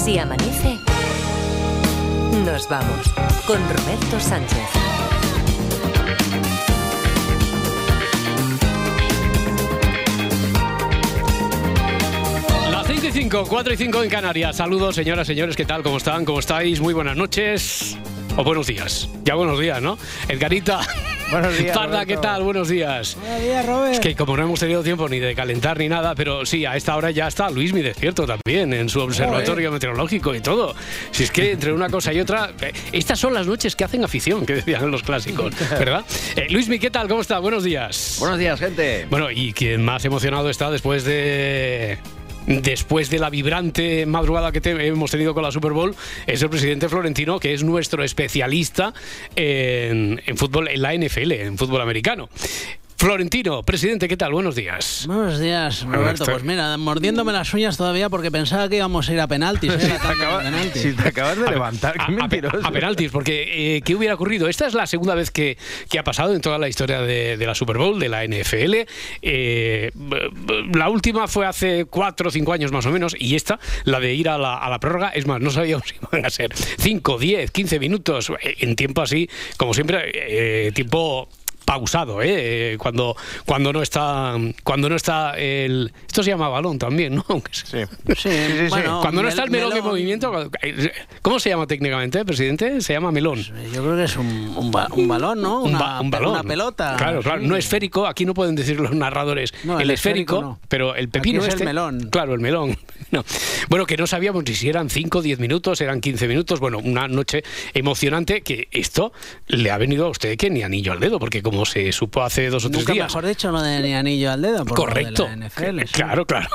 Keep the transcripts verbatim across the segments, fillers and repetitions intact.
Si amanece, nos vamos con Roberto Sánchez. cinco y cinco, cuatro y cinco en Canarias. Saludos, señoras, señores, ¿qué tal? ¿Cómo están? ¿Cómo estáis? Muy buenas noches. O buenos días. Ya buenos días, ¿no? Edgarita. Buenos días, Parda, Roberto. ¿qué tal? Buenos días. Buenos días, Robert. Es que como no hemos tenido tiempo ni de calentar ni nada, pero sí, a esta hora ya está Luismi despierto también en su observatorio meteorológico y todo. Si es que entre una cosa y otra, eh, estas son las noches que hacen afición, que decían los clásicos, ¿verdad? Eh, Luismi, ¿qué tal? ¿Cómo está? Buenos días. Buenos días, gente. Bueno, y quien más emocionado está después de... Después de la vibrante madrugada que te, hemos tenido con la Super Bowl, es el presidente Florentino, que es nuestro especialista en, en fútbol, en la N F L, en fútbol americano. Florentino, presidente, ¿qué tal? Buenos días. Buenos días, Roberto. Pues mira, mordiéndome las uñas todavía porque pensaba que íbamos a ir a penaltis. ¿eh? Si, te acaba, de penaltis. si te acabas de levantar, qué a, mentiroso. A, a penaltis, porque eh, ¿qué hubiera ocurrido? Esta es la segunda vez que, que ha pasado en toda la historia de, de la Super Bowl, de la N F L. Eh, la última fue hace cuatro o cinco años más o menos, y esta, la de ir a la, a la prórroga, es más, no sabíamos si iban a ser cinco, diez, quince minutos, en tiempo así, como siempre, eh, tiempo... pausado, ¿eh? Cuando, cuando no está cuando no está el... Esto se llama balón también, ¿no? Aunque sí. Sí, sí, sí, bueno, cuando no está el melón, melón en movimiento... ¿Cómo se llama técnicamente, presidente? Se llama melón. Yo creo que es un, un, ba un balón, ¿no? Una, un, ba un balón. Una pelota. Claro, claro. Sí. No esférico. Aquí no pueden decir los narradores no, el, el esférico, esférico no. Pero el pepino Aquí es este... el melón. Claro, el melón. No. Bueno, que no sabíamos ni si eran cinco, diez minutos, eran quince minutos. Bueno, una noche emocionante que esto le ha venido a usted que ni anillo al dedo, porque como se supo hace dos o tres Nunca días. mejor dicho lo de ni anillo al dedo. Por Correcto. Lo de la N F L, sí. Claro, claro.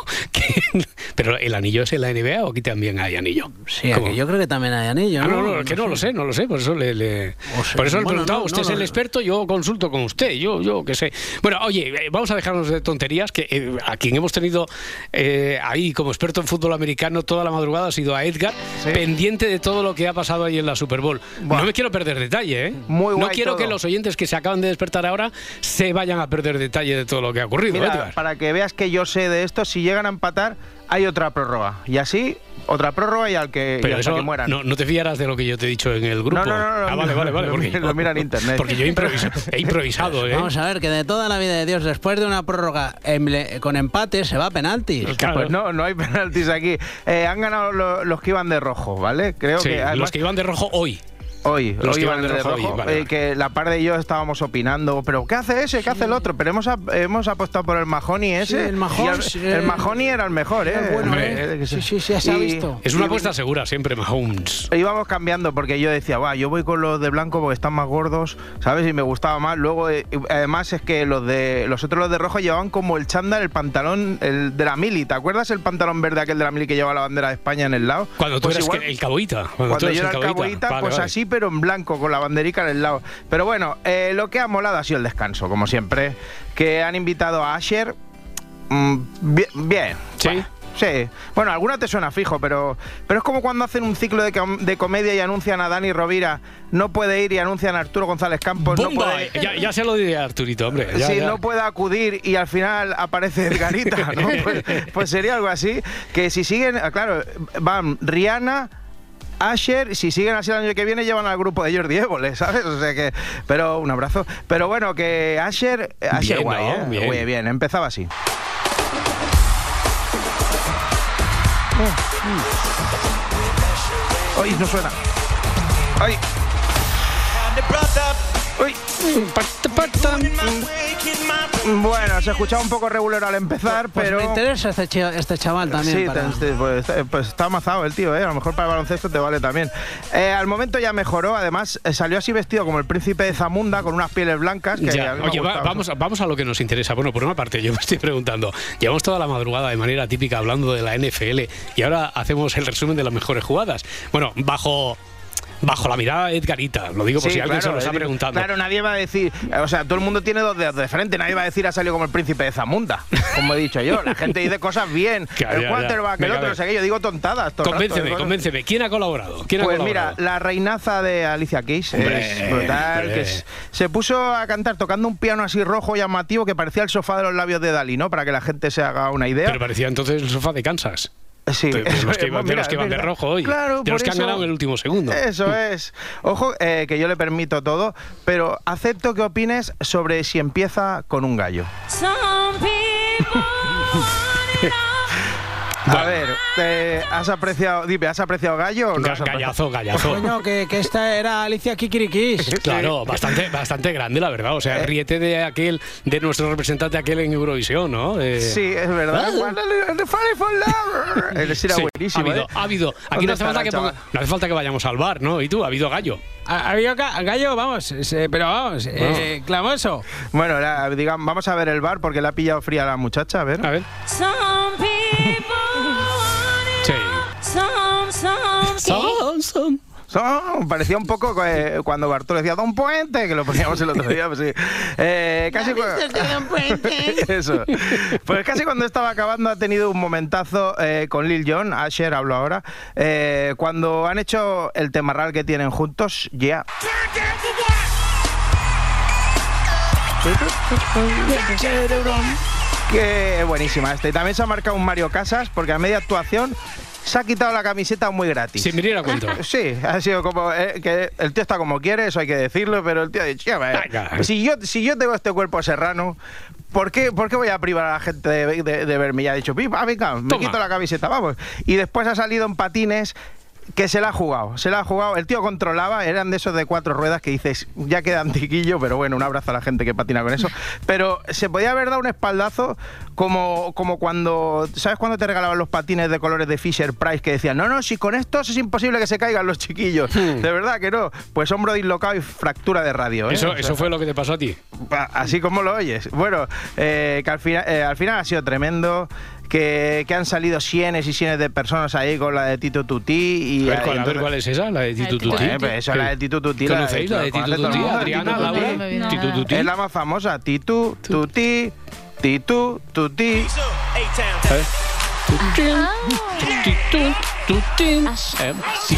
Pero el anillo es en la N B A o aquí también hay anillo. Sí, aquí yo creo que también hay anillo. Ah, no, no, no, no, que no no sé. lo sé, no lo sé. Por eso le, le... O sea, por eso le bueno, preguntaba. no, usted no, es el no, experto, yo consulto con usted. Yo, yo qué sé. Bueno, oye, vamos a dejarnos de tonterías. Que eh, a quien hemos tenido eh, ahí como experto en fútbol americano toda la madrugada ha sido a Edgar, sí. pendiente de todo lo que ha pasado ahí en la Super Bowl. Buah. No me quiero perder detalle, ¿eh? Muy no guay quiero todo. que los oyentes que se acaban de despertar ahora se vayan a perder detalle de todo lo que ha ocurrido. Mira, Edgar. Para que veas que yo sé de esto, si llegan a empatar, hay otra prórroga. Y así, otra prórroga y al que, Pero y hasta eso, que mueran. No, no te fiarás de lo que yo te he dicho en el grupo. No, no, no. no ah, vale, vale, vale. Lo, porque, lo mira en internet. Porque yo he improvisado, he improvisado ¿eh? Vamos a ver, que de toda la vida de Dios, después de una prórroga con empate, se va a penaltis. Claro. Pues no, no hay penaltis aquí. Eh, han ganado lo, los que iban de rojo, ¿vale? Creo sí, que además, los que iban de rojo hoy. Hoy, los hoy que van van de rojo, rojo hoy, vale, eh, vale. que la par de yo estábamos opinando, pero ¿qué hace ese? ¿Qué hace el otro? Pero hemos, hemos apostado por el Mahoney ese. Sí, el Mahoney, el, el Mahoney era el mejor, ¿eh? Bueno, eh, eh. Sí, sí, sí, se ha visto. Es una apuesta segura siempre, Mahomes. Íbamos cambiando porque yo decía, va, yo voy con los de blanco porque están más gordos, ¿sabes? Y me gustaba más. Luego, eh, además es que los de los otros, los de rojo, llevaban como el chándal, el pantalón, el de la mili. ¿Te acuerdas el pantalón verde aquel de la mili que lleva la bandera de España en el lado? Cuando tú pues eres igual, el caboíta. Cuando, cuando tú eres yo era el caboíta, caboíta vale, pues vale. así, pero en blanco, con la banderica en el lado. Pero bueno, eh, lo que ha molado ha sido el descanso, como siempre. Que han invitado a Asher. Mmm, bien. bien. Sí. Bueno, sí. Bueno, alguna te suena fijo, pero, pero es como cuando hacen un ciclo de, com de comedia y anuncian a Dani Rovira, no puede ir, y anuncian a Arturo González Campos. No puede, ya, ya se lo diré a Arturito, hombre. Ya, sí, ya. no puede acudir y al final aparece Edgarita, ¿no? pues, pues sería algo así. Que si siguen, claro, van Rihanna, Asher, si siguen así el año que viene, llevan al grupo de Jordi Évole, ¿sabes? O sea que, pero un abrazo. Pero bueno, que Asher, Asher bien, guay, ¿no? ¿eh? Bien. Muy bien, empezaba así. ¡Ay, no suena! ¡Ay! ¡Uy! Bueno, se escuchaba un poco regular al empezar, pues pero... me interesa este, ch este chaval también. Sí, para... te, pues, pues está amazado el tío, ¿eh? A lo mejor para el baloncesto te vale también. Eh, al momento ya mejoró, además eh, salió así vestido como el príncipe de Zamunda, con unas pieles blancas. Que ya. a mí me Oye, va, gustaba. vamos, vamos a lo que nos interesa. Bueno, por una parte, yo me estoy preguntando, llevamos toda la madrugada de manera típica hablando de la N F L y ahora hacemos el resumen de las mejores jugadas. Bueno, bajo... Bajo la mirada de Edgarita, lo digo por Sí, si alguien claro, se lo está digo, preguntando. Claro, nadie va a decir, o sea, todo el mundo tiene dos dedos de frente, nadie va a decir ha salido como el príncipe de Zamunda, como he dicho yo. La gente dice cosas bien, Claro, el ya, quarterback, ya. el Venga, otro, a no sé qué, yo digo tontadas. Todo el Convénceme, rato, convénceme. ¿Quién ha colaborado? ¿Quién ha Pues colaborado? mira, la reinaza de Alicia Keys Hombre, es brutal, hombre. que es- se puso a cantar tocando un piano así rojo llamativo que parecía el sofá de los labios de Dalí, ¿no? Para que la gente se haga una idea. Pero parecía entonces el sofá de Kansas. Sí, de, de los que, mira, de, los que van de rojo hoy, claro, de los que eso, han ganado en el último segundo. Eso es. Ojo, eh, que yo le permito todo, pero acepto que opines sobre si empieza con un gallo. A ver, eh, ¿has apreciado, dime, ¿has apreciado gallo o no? Ga- gallazo, gallazo. Coño, que, que esta era Alicia Kikirikis. Claro, bastante, bastante grande, la verdad. O sea, Eh. ríete de aquel, de nuestro representante aquel en Eurovisión, ¿no? Eh, Sí, es verdad. Ah. El sí era sí, buenísimo. ha habido, ¿eh? ha habido. Aquí ¿Dónde no hace, falta estará, que chaval? ponga- no hace falta que vayamos al bar, ¿no? ¿Y tú? ¿Ha habido gallo? Ha ha habido ga- gallo, vamos, eh, pero vamos, eh, clamoso. Bueno, la- digamos, vamos a ver el bar porque le ha pillado fría a la muchacha, a ver. A ver. Sí. Son, son. Son- parecía un poco eh, cuando Bartolo decía Don Puente, que lo poníamos el otro día, pues sí. Eh, casi cu- Eso. Pues casi cuando estaba acabando ha tenido un momentazo eh, con Lil Jon, Asher hablo ahora, eh, cuando han hecho el temarral que tienen juntos, ya. Que buenísima esta. Y también se ha marcado un Mario Casas porque a media actuación se ha quitado la camiseta muy gratis. Sin venir a cuento. Sí, ha sido como eh, que el tío está como quiere, eso hay que decirlo, pero el tío ha dicho, "Ya, va, Venga. si yo si yo tengo este cuerpo serrano, ¿por qué, por qué voy a privar a la gente de, de- de verme?" Y ha dicho, "Pipa, venga, me Toma. quito la camiseta, vamos." Y después ha salido en patines que se la ha jugado, se la ha jugado. El tío controlaba, eran de esos de cuatro ruedas que dices, ya queda antiquillo, pero bueno, un abrazo a la gente que patina con eso. Pero se podía haber dado un espaldazo como, como cuando, ¿sabes cuando te regalaban los patines de colores de Fisher Price que decían, no, no, si con estos es imposible que se caigan los chiquillos? De verdad que no. Pues hombro dislocado y fractura de radio. ¿eh? Eso, O sea, eso fue lo que te pasó a ti. así como lo oyes. Bueno, eh, que al final, eh, al final ha sido tremendo. Que, que han salido cienes y cienes de personas ahí con la de Tito Tutí. Y, A ver, y ¿cuál, a ver, entonces- ¿cuál es esa? La de Tito Tito Tuti. Bueno, pues eso, la de Tito Tutí. la de- ¿Conocéis la de conoce Tito todo el Tuti? mundo, Adriana, Tito Laura. Tutí. No. Tito Tuti. Es la más famosa, Titu, Tuti, Titu, Tuti. A ver. Tuti, tu, tuti. Eh,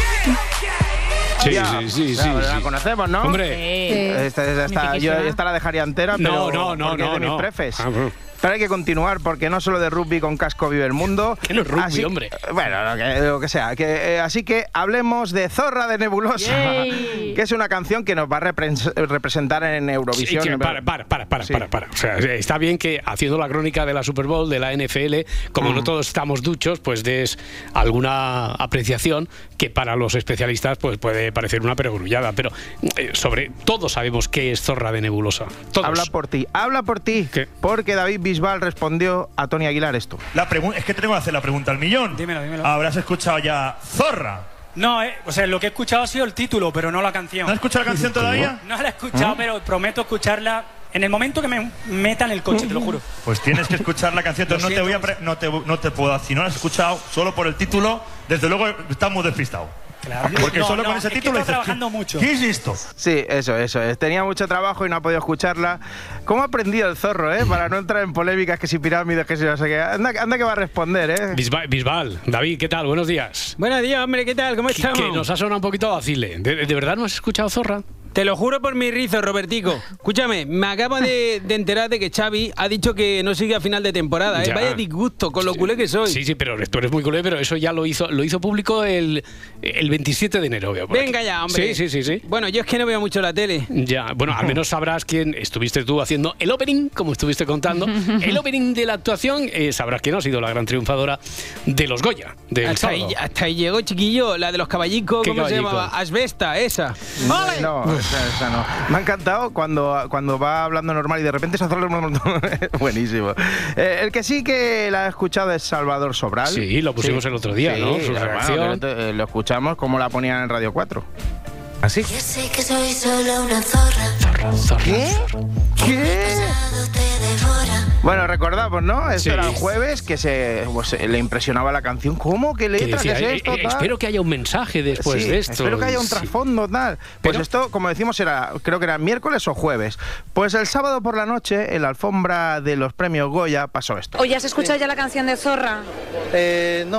Sí, Ya, sí, sí, sí, ya, la sí. conocemos, ¿no? Hombre. Sí. Esta, esta- esta- yo Mitiquísima. esta la dejaría entera, pero No, no, no, porque es no, de mis no. prefes. Ah, bueno. Pero hay que continuar porque no solo de rugby con casco vive el mundo. Que no es rugby, Así- hombre. Bueno, lo que, lo que sea. Que, eh, así que hablemos de Zorra de Nebulosa, Yay. que es una canción que nos va a repres- representar en Sí, Eurovisión. que para, para, para, para, Sí. para, para. O sea, está bien que haciendo la crónica de la Super Bowl, de la N F L, como Mm. no todos estamos duchos, pues des alguna apreciación que para los especialistas pues puede parecer una perogrullada. Pero eh, sobre todo sabemos qué es Zorra de Nebulosa. Todos. Habla por ti, habla por ti. ¿Qué? Porque David Bisbal respondió a Tony Aguilar esto. La pregu- es que tengo que hacer la pregunta al millón. Dímelo, dímelo. Habrás escuchado ya Zorra. No, eh, o sea, lo que he escuchado ha sido el título, pero no la canción. ¿No has escuchado la canción todavía? No la he escuchado, pero prometo escucharla en el momento que me meta en el coche, te lo juro. Pues tienes que escuchar la canción. Lo Entonces no te voy a siento. pre- no te, no te puedo. Si no la has escuchado solo por el título, desde luego estamos despistados. Claro. Porque No, solo no, con ese es que título he dices, estado trabajando ¿qué- mucho. ¿Qué es esto? Sí, eso, eso es. Tenía mucho trabajo y no ha podido escucharla. ¿Cómo ha aprendido el zorro, eh? Para no entrar en polémicas, que si pirámides, que si no sé qué. Anda, anda que va a responder, eh. Bisbal, Bisbal, David, ¿qué tal? Buenos días. Buenos días, hombre, ¿qué tal? ¿Cómo Que, estamos? que nos ha sonado un poquito a vacile. ¿De, de verdad no has escuchado Zorra? Te lo juro por mi rizo, Robertico. Escúchame, me acabo de, de enterar de que Xavi ha dicho que no sigue a final de temporada, ¿eh? Ya. Vaya disgusto, con lo culé que soy. Sí, sí, pero tú eres muy culé, pero eso ya lo hizo, lo hizo público el, el veintisiete de enero. veo por Venga aquí. ya, hombre. Sí, sí, sí, sí. Bueno, yo es que no veo mucho la tele. Ya, bueno, al menos sabrás quién estuviste tú haciendo el opening, como estuviste contando. El opening de la actuación, eh, sabrás quién ha sido la gran triunfadora de los Goya, del Hasta sábado. ahí, hasta ahí llegó, chiquillo, la de los caballicos, ¿Qué ¿cómo se caballico? llamaba? Asbesta, esa. ¡Ole! No, esa, esa no. Me ha encantado cuando, cuando va hablando normal y de repente se hace... Buenísimo. Eh, el que sí que la ha escuchado es Salvador Sobral. Sí, lo pusimos el otro día, ¿no? Su bueno, reacción. que, eh, lo escuchamos como la ponían en Radio cuatro. ¿Así? Yo sé que soy solo una zorra. Zorra. ¿Qué? ¿Qué? Pasado te devora. Bueno, recordamos, ¿no? Esto Sí. era el jueves, que se pues, le impresionaba la canción. ¿Cómo? ¿Qué Que letra? decía, ¿Qué es eh, esto? eh, tal? espero que haya un mensaje después Sí, de esto. espero que haya un Sí. trasfondo, tal. Pues Pero- esto, como decimos, era, creo que era miércoles o jueves. Pues el sábado por la noche, en la alfombra de los premios Goya, pasó esto. Oye, ¿has escuchado ya la canción de Zorra? Eh, no.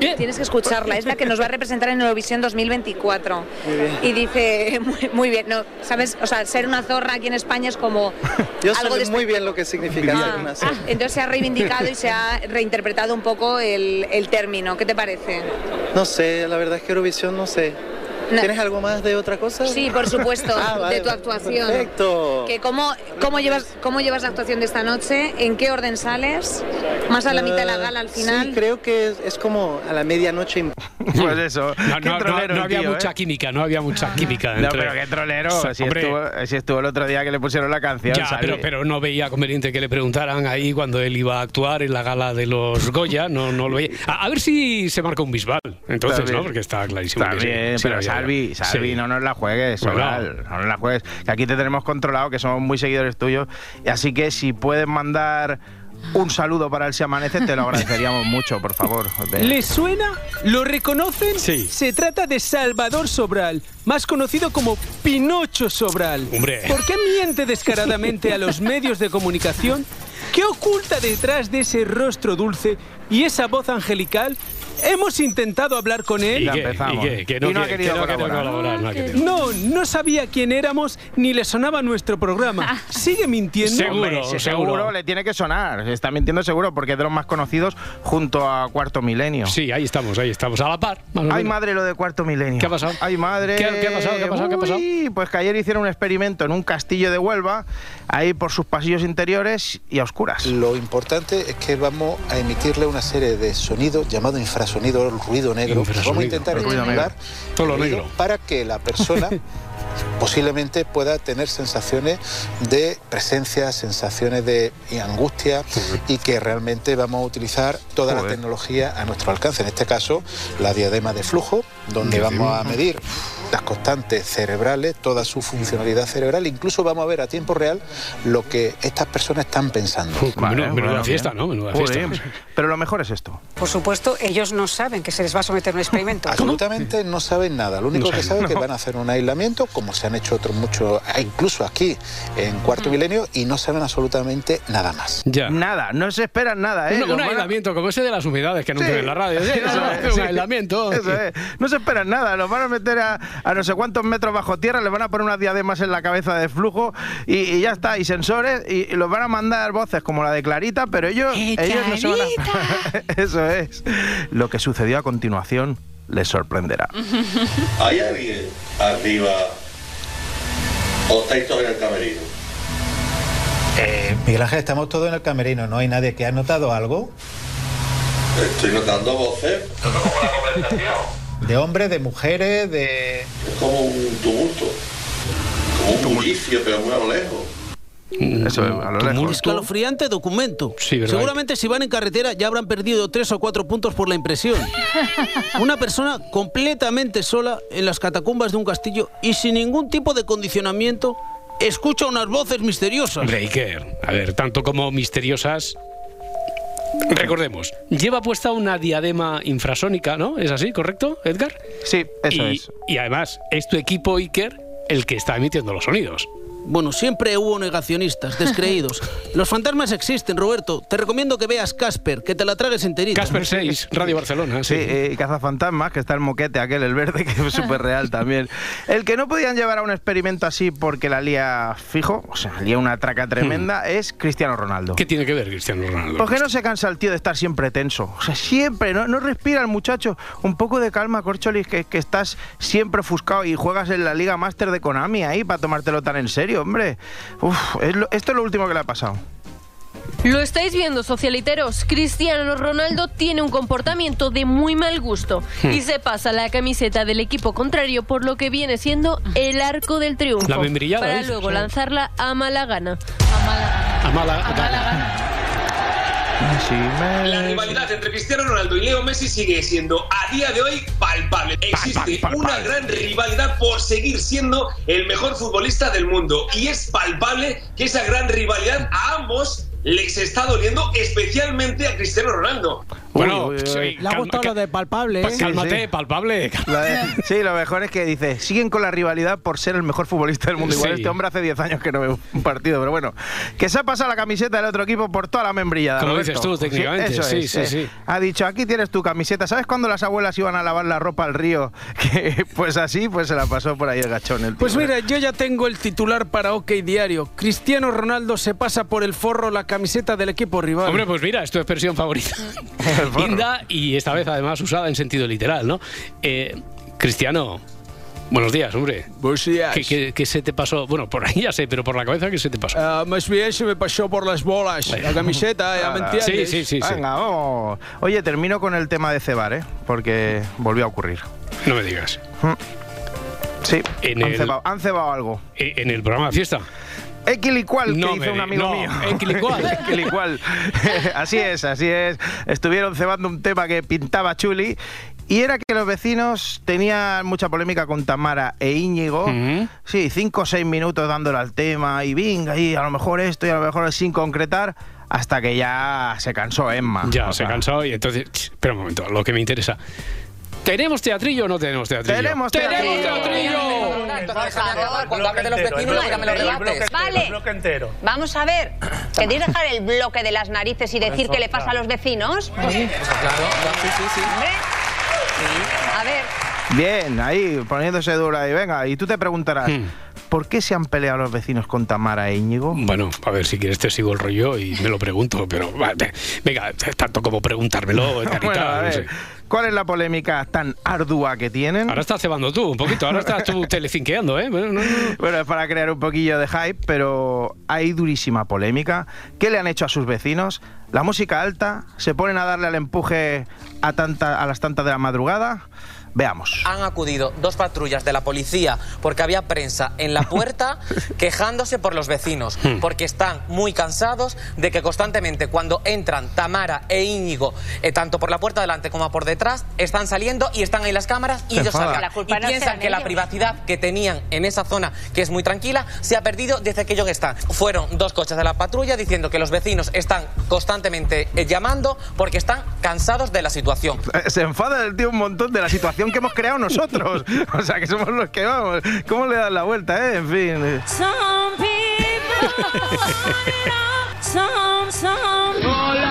Bien. Tienes que escucharla, es la que nos va a representar en Eurovisión dos mil veinticuatro. Muy bien. Y dice, muy, muy bien, no, ¿sabes? O sea, ser una zorra aquí en España es como Yo algo sé de... muy bien lo que significa ser Ah, una ah, zorra. entonces se ha reivindicado y se ha reinterpretado un poco el, el término. ¿Qué te parece? No sé, la verdad es que Eurovisión no sé. No. ¿Tienes algo más de otra cosa? Sí, por supuesto, Ah, vale, de tu actuación. Perfecto. Que cómo, cómo, llevas, ¿Cómo llevas la actuación de esta noche? ¿En qué orden sales? ¿Más a la mitad de la gala al final? Sí, creo que es, es como a la medianoche. Pues eso. No, Qué no, no, trolero no el había tío, mucha ¿eh? química, no había mucha química. No, entre- pero qué trolero. Sí, Si hombre. estuvo, si estuvo el otro día que le pusieron la canción. Ya, Salvi. pero, pero no veía conveniente que le preguntaran ahí cuando él iba a actuar en la gala de los Goya, no, no lo veía. A, a ver si se marca un bisbal, entonces, Está bien. ¿no? Porque está clarísimo. Está que sí. bien, Sí, pero ya, ya. Salvi, Salvi, Sí. no nos la juegues, Bueno. Soral, no nos la juegues. Que aquí te tenemos controlado, que somos muy seguidores tuyos. Y así que si puedes mandar un saludo para el Si Amanece, te lo agradeceríamos mucho, por favor. Ve. ¿Les suena? ¿Lo reconocen? Sí. Se trata de Salvador Sobral, más conocido como Pinocho Sobral. Hombre. ¿Por qué miente descaradamente a los medios de comunicación? ¿Qué oculta detrás de ese rostro dulce y esa voz angelical? Hemos intentado hablar con ¿Y él. Ya qué? empezamos. ¿Y qué? Que no, Y no ha quiere- querido que no quiere colaborar. colaborar, no ha querido. No, no sabía quién éramos ni le sonaba nuestro programa. ¿Sigue mintiendo? Seguro. Hombre, sí, seguro. seguro le tiene que sonar. Está mintiendo seguro porque es de los más conocidos junto a Cuarto Milenio. Sí, ahí estamos, ahí estamos, a la par. más o Ay, menos. madre, lo de Cuarto Milenio. ¿Qué ha pasado? Ay, madre. ¿Qué- qué ha pasado? ¿Qué ha pasado? ¿Qué ha pasado? Uy, pues que ayer hicieron un experimento en un castillo de Huelva, ahí por sus pasillos interiores y a oscuras. Lo importante es que vamos a emitirle una serie de sonidos llamado infrasonido, ruido negro. Infrasonido. Vamos a intentar Ruido estimular negro. Todo lo el ruido negro. para que la persona posiblemente pueda tener sensaciones de presencia, sensaciones de angustia y que realmente vamos a utilizar toda la Joder. tecnología a nuestro alcance. En este caso, la diadema de flujo, donde Diadema. vamos a medir las constantes cerebrales, toda su funcionalidad cerebral, incluso vamos a ver a tiempo real lo que estas personas están pensando. Uf, Vale, menuda, menuda bueno, fiesta, bien. ¿no? Menuda Joder, fiesta. pero lo mejor es esto. Por supuesto, ellos no saben que se les va a someter a un experimento. Absolutamente no saben nada. Lo único No que saben, saben es que no. van a hacer un aislamiento, como se han hecho otros muchos, incluso aquí en Cuarto Milenio, y no saben absolutamente nada más. Ya. Nada, no se esperan nada, ¿eh? Un, Los un van a- aislamiento como ese de las humedades que anuncian Sí. en la radio. Sí, Eso vamos a es, hacer un sí. aislamiento. Eso es. No se esperan nada, los van a meter a, a no sé cuántos metros bajo tierra, les van a poner unas diademas en la cabeza de flujo y, y ya está, y sensores, y, y los van a mandar voces como la de Clarita, pero ellos, ¡Eh, ellos no se van a... Eso es. Lo que sucedió a continuación les sorprenderá. ¿Hay alguien arriba o estáis todos en el camerino? Eh, Miguel Ángel, estamos todos en el camerino, ¿no hay nadie que ha notado algo? Estoy notando voces. De hombres, de mujeres, de... Es como un tumulto. Como un bullicio, pero muy a lo lejos. Eso es, a lo Un lejos. escalofriante documento. Sí, ¿verdad? Seguramente si van en carretera ya habrán perdido tres o cuatro puntos por la impresión. Una persona completamente sola en las catacumbas de un castillo y sin ningún tipo de condicionamiento escucha unas voces misteriosas. Hombre, Iker, a ver, tanto como misteriosas. Recordemos, lleva puesta una diadema infrasónica, ¿no? ¿Es así, correcto, Edgar? Sí, eso y, es. y además, es tu equipo, Iker, el que está emitiendo los sonidos. Bueno, siempre hubo negacionistas, descreídos. Los fantasmas existen, Roberto. Te recomiendo que veas Casper, que te la tragues enterita. Casper seis, Radio Barcelona. Sí, Sí. eh, y Cazafantasmas, que está el moquete aquel, el verde, que es súper real también. El que no podían llevar a un experimento así porque la lía fijo, o sea, lía una traca tremenda, es Cristiano Ronaldo. ¿Qué tiene que ver Cristiano Ronaldo? ¿Por qué no se cansa el tío de estar siempre tenso? O sea, siempre, no, no respira el muchacho. Un poco de calma, Corcholis, que, que estás siempre ofuscado y juegas en la Liga Master de Konami ahí para tomártelo tan en serio, hombre. Uf, es lo- esto es lo último que le ha pasado. Lo estáis viendo, socialiteros. Cristiano Ronaldo tiene un comportamiento de muy mal gusto y se pasa la camiseta del equipo contrario por lo que viene siendo el arco del triunfo La membrillada, para dices, luego sí. lanzarla a mala gana. A mala, a mala La rivalidad entre Cristiano Ronaldo y Leo Messi sigue siendo a día de hoy palpable. Existe una gran rivalidad por seguir siendo el mejor futbolista del mundo y es palpable que esa gran rivalidad a ambos les está doliendo, especialmente a Cristiano Ronaldo. Bueno, Uy, uy, uy. sí, Le ha gustado lo de palpable, ¿eh? Pa- cálmate, Sí, sí. palpable. La de- sí, lo mejor es que dice, siguen con la rivalidad por ser el mejor futbolista del mundo. Igual Sí. este hombre hace diez años que no ve un partido, pero bueno, que se ha pasado la camiseta del otro equipo por toda la membrilla. Como Roberto. dices tú, técnicamente, Sí, eso sí, es, sí, eh. sí. Ha dicho, aquí tienes tu camiseta. ¿Sabes cuando las abuelas iban a lavar la ropa al río? Que pues así, pues se la pasó por ahí el gachón. El tío. Pues mira, yo ya tengo el titular para OK Diario. Cristiano Ronaldo se pasa por el forro la camiseta del equipo rival. Hombre, pues mira, es tu expresión favorita. forro. Inda, y esta vez además usada en sentido literal, ¿no? Eh, Cristiano, buenos días, hombre. Buenos días. ¿Qué, qué, qué se te pasó? Bueno, por ahí ya sé, pero por la cabeza, ¿qué se te pasó? Ah, más bien se me pasó por las bolas. La camiseta, ya me Ahora. entiendes. Sí, sí, sí, sí. Venga, vamos. Oye, termino con el tema de cebar, ¿eh? Porque volvió a ocurrir. No me digas. Sí, En han, el- cebado, han cebado algo. Eh, ¿En el programa de fiesta? Equilicual, No que me dice un di- amigo no, mío. Equilicual. Equilicual. Así es, así es. Estuvieron cebando un tema que pintaba chuli. Y era que los vecinos tenían mucha polémica con Tamara e Íñigo. Ujú. Sí, cinco o seis minutos dándole al tema. Y venga, y a lo mejor esto y a lo mejor sin concretar. Hasta que ya se cansó Emma. Ya, O se sea, cansó y entonces... ch, Espera un momento, lo que me interesa. ¿Tenemos teatrillo o no tenemos teatrillo? ¡Tenemos ¡Tenemos teatrillo! teatrillo! Cuando hable de los vecinos, dígame los debates. Vale. Vamos a ver. ¿Queréis dejar el bloque de las narices y decir qué le pasa a los vecinos? Claro, sí, sí, sí. Hombre. A ver. Bien, ahí, poniéndose dura. Y venga, y tú te preguntarás, Hmm. ¿por qué se han peleado los vecinos con Tamara e Íñigo? Bueno, a ver, si quieres te sigo el rollo y me lo pregunto, pero va, ve- venga, tanto como preguntármelo, Carita, Bueno, a no ver, sé. ¿cuál es la polémica tan ardua que tienen? Ahora estás cebando tú un poquito, ahora estás tú telecinqueando, ¿eh? Bueno, no, no. Bueno, es para crear un poquillo de hype, pero hay durísima polémica. ¿Qué le han hecho a sus vecinos? La música alta, se ponen a darle al empuje a, tanta, a las tantas de la madrugada. Veamos. Han acudido dos patrullas de la policía porque había prensa en la puerta quejándose por los vecinos, porque están muy cansados de que constantemente cuando entran Tamara e Íñigo, eh, tanto por la puerta delante como por detrás, están saliendo y están ahí las cámaras y Se ellos enfada. salgan. La culpa Y no piensan será que la ellos. privacidad que tenían en esa zona, que es muy tranquila, se ha perdido desde que ellos están. Fueron dos coches de la patrulla diciendo que los vecinos están constantemente eh, llamando porque están cansados de la situación. Eh, Se enfada el tío un montón de la situación que hemos creado nosotros. O sea, que somos los que vamos. ¿Cómo le dan la vuelta, eh? En fin. eh. Some people some, some.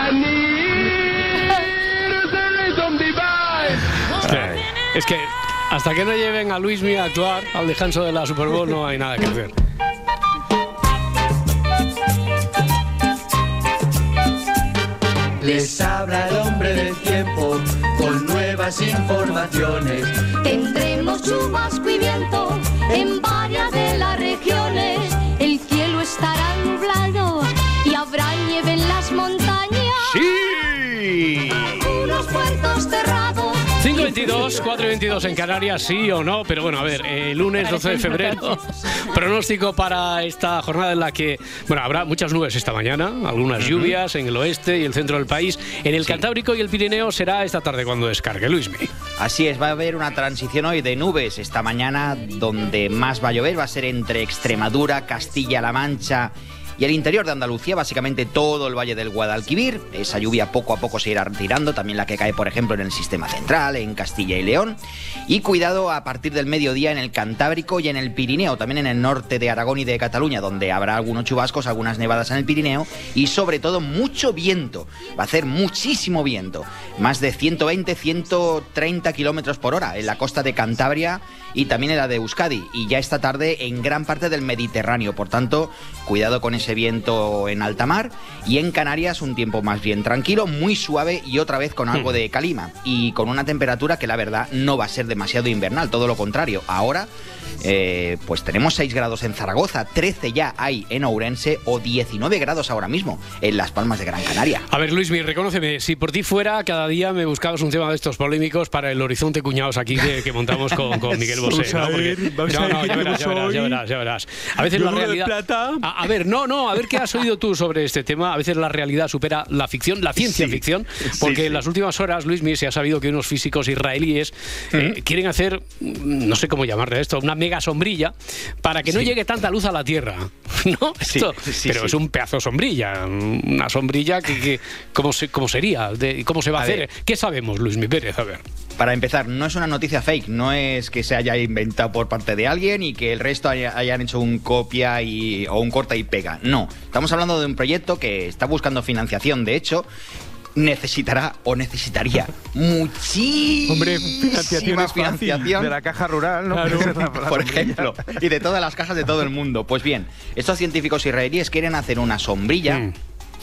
Eh, Es que hasta que no lleven a Luismi a actuar al descanso de la Super Bowl no hay nada que hacer. Les habla el hombre del tiempo con nuevas informaciones. Tendremos chubasco y viento en varias de las regiones. El cielo estará nublado y habrá nieve en las montañas. ¡Sí! Unos puertos cerrados. cinco veintidós, cuatro veintidós en Canarias, sí o no, pero bueno, a ver, eh, lunes doce de febrero, pronóstico para esta jornada en la que, bueno, habrá muchas nubes esta mañana, algunas lluvias en el oeste y el centro del país, en el Cantábrico y el Pirineo será esta tarde cuando descargue. Luismi. Así es, va a haber una transición hoy de nubes esta mañana, donde más va a llover va a ser entre Extremadura, Castilla-La Mancha y el interior de Andalucía, básicamente todo el valle del Guadalquivir. Esa lluvia poco a poco se irá retirando, también la que cae, por ejemplo, en el sistema central, en Castilla y León. Y cuidado a partir del mediodía en el Cantábrico y en el Pirineo, también en el norte de Aragón y de Cataluña, donde habrá algunos chubascos, algunas nevadas en el Pirineo y sobre todo mucho viento. Va a hacer muchísimo viento, más de ciento veinte, ciento treinta kilómetros por hora en la costa de Cantabria y también en la de Euskadi, y ya esta tarde en gran parte del Mediterráneo. Por tanto, cuidado con ese viento en alta mar. Y en Canarias un tiempo más bien tranquilo, muy suave y otra vez con algo de calima y con una temperatura que la verdad no va a ser demasiado invernal, todo lo contrario. Ahora eh, pues tenemos seis grados en Zaragoza, trece ya hay en Ourense o diecinueve grados ahora mismo en Las Palmas de Gran Canaria. A ver, Luismi, reconóceme, si por ti fuera, cada día me buscabas un tema de estos polémicos para el Horizonte Cuñados aquí que, que montamos con, con Miguel Bosé. Vamos a ¿no? Porque- ver, vamos no, a ver no, qué ya verás, ya tenemos verás, ya hoy. verás, ya verás. A veces la Duro de realidad... plata. A, a ver, no, no, a ver qué has oído tú sobre este tema. A veces la realidad supera la ficción, la ciencia Sí. ficción, porque Sí, sí. en las últimas horas, Luismi, se ha sabido que unos físicos israelíes eh, quieren hacer, no sé cómo llamarle esto, una mega sombrilla para que no Sí. llegue tanta luz a la Tierra, ¿no? Sí, Esto- sí, pero sí. es un pedazo de sombrilla, una sombrilla que, que ¿cómo, se, cómo sería? De, ¿Cómo se va a, A hacer? ver. ¿Qué sabemos, Luismi Pérez? A ver. Para empezar, no es una noticia fake, no es que se haya inventado por parte de alguien y que el resto haya- hayan hecho un copia y, o un corta y pega. No, estamos hablando de un proyecto que está buscando financiación, de hecho, necesitará o necesitaría muchísima Hombre, financiación es fácil. financiación De la caja rural, ¿no? Claro, Esa es la- la por sombrilla. ejemplo, y de todas las cajas de todo el mundo. Pues bien, estos científicos israelíes quieren hacer una sombrilla Mm.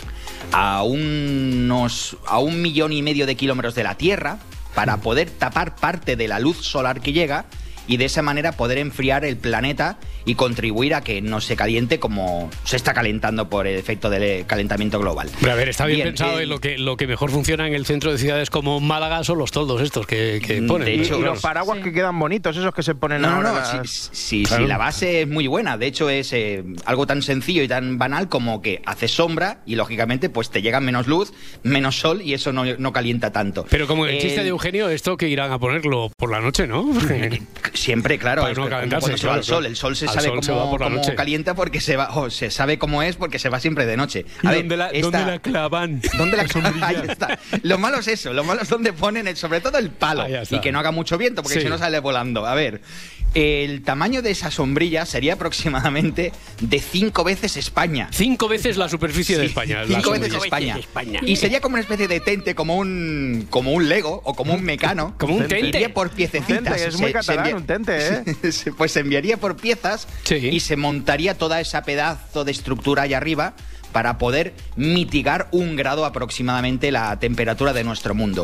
a unos a un millón y medio de kilómetros de la Tierra para poder tapar parte de la luz solar que llega y de esa manera poder enfriar el planeta y contribuir a que no se caliente como se está calentando por el efecto del calentamiento global. Pero a ver, está bien, Bien, pensado eh, en lo que, lo que mejor funciona en el centro de ciudades como Málaga son los toldos estos que, que Mm, ponen. de Y, hecho, y claro. los paraguas que quedan bonitos, esos que se ponen No, no, ahora. no, las- si, si- Claro. si la base es muy buena, de hecho es eh, algo tan sencillo y tan banal como que hace sombra y lógicamente pues te llega menos luz, menos sol y eso no, no calienta tanto. Pero como el chiste El- de Eugenio, esto que irán a ponerlo por la noche, ¿no? Siempre, claro, Para es no como calentarse, cuando se va claro, el sol, claro. el sol se Al sabe sol cómo, se va por la cómo noche. calienta porque se va, o se sabe cómo es porque se va siempre de noche. ¿Y A ver, dónde, la, esta- dónde la clavan? ¿Dónde la La sombrilla. Ahí está. Lo malo es eso, lo malo es donde ponen el- sobre todo el palo Ahí está. y que no haga mucho viento porque Sí. si no sale volando. A ver, el tamaño de esa sombrilla sería aproximadamente de cinco veces España. Cinco veces la superficie de Sí, España. la Cinco veces sombrilla. España. Y sería como una especie de tente, como un como un Lego o como un mecano. Como un tente. Iría por piececitas. Un tente, es muy catalán, un tente, ¿eh? se- Pues se enviaría por piezas Sí. y se montaría toda esa pedazo de estructura allá arriba para poder mitigar un grado aproximadamente la temperatura de nuestro mundo.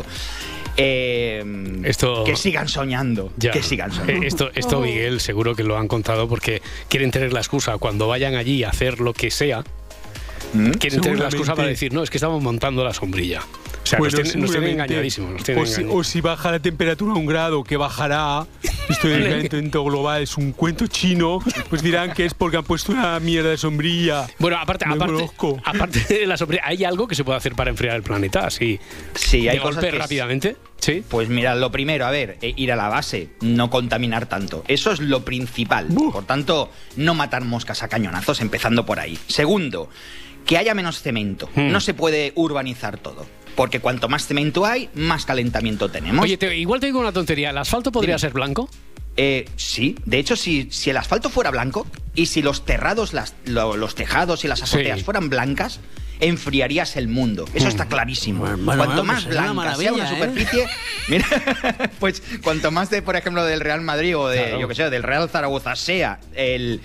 Eh, Esto- Que sigan soñando. Ya. Que sigan Eh, soñando. Esto, esto Miguel, seguro que lo han contado porque quieren tener la excusa cuando vayan allí a hacer lo que sea. ¿Mm? Quieren tener la excusa Seguramente. para decir, no, es que estamos montando la sombrilla. O sea, Bueno, nos, tienen, nos tienen seguramente. engañadísimos. Nos tienen o, si, engañadísimos. o si baja la temperatura a un grado, que bajará, esto del calentamiento global es un cuento chino, pues dirán que es porque han puesto una mierda de sombrilla. Bueno, aparte, Me aparte, conozco. aparte de la sombrilla, ¿hay algo que se puede hacer para enfriar el planeta así? Sí, hay de cosas golpe que es- rápidamente. Sí. Pues mira, lo primero, a ver, eh, ir a la base, no contaminar tanto. Eso es lo principal. Por tanto, no matar moscas a cañonazos, empezando por ahí. Segundo, que haya menos cemento. Hmm. No se puede urbanizar todo. Porque cuanto más cemento hay, más calentamiento tenemos. Oye, te- igual te digo una tontería. ¿El asfalto podría Dime. ser blanco? Eh, sí, de hecho, si, si el asfalto fuera blanco y si los terrados, las, lo- los tejados y las azoteas Sí. fueran blancas, enfriarías el mundo. Eso está clarísimo. bueno, cuanto bueno, más pues sería una blanca sea una maravilla, ¿eh? superficie, mira, pues cuanto más de, por ejemplo, del Real Madrid o de, Claro. yo que sé, del Real Zaragoza sea el,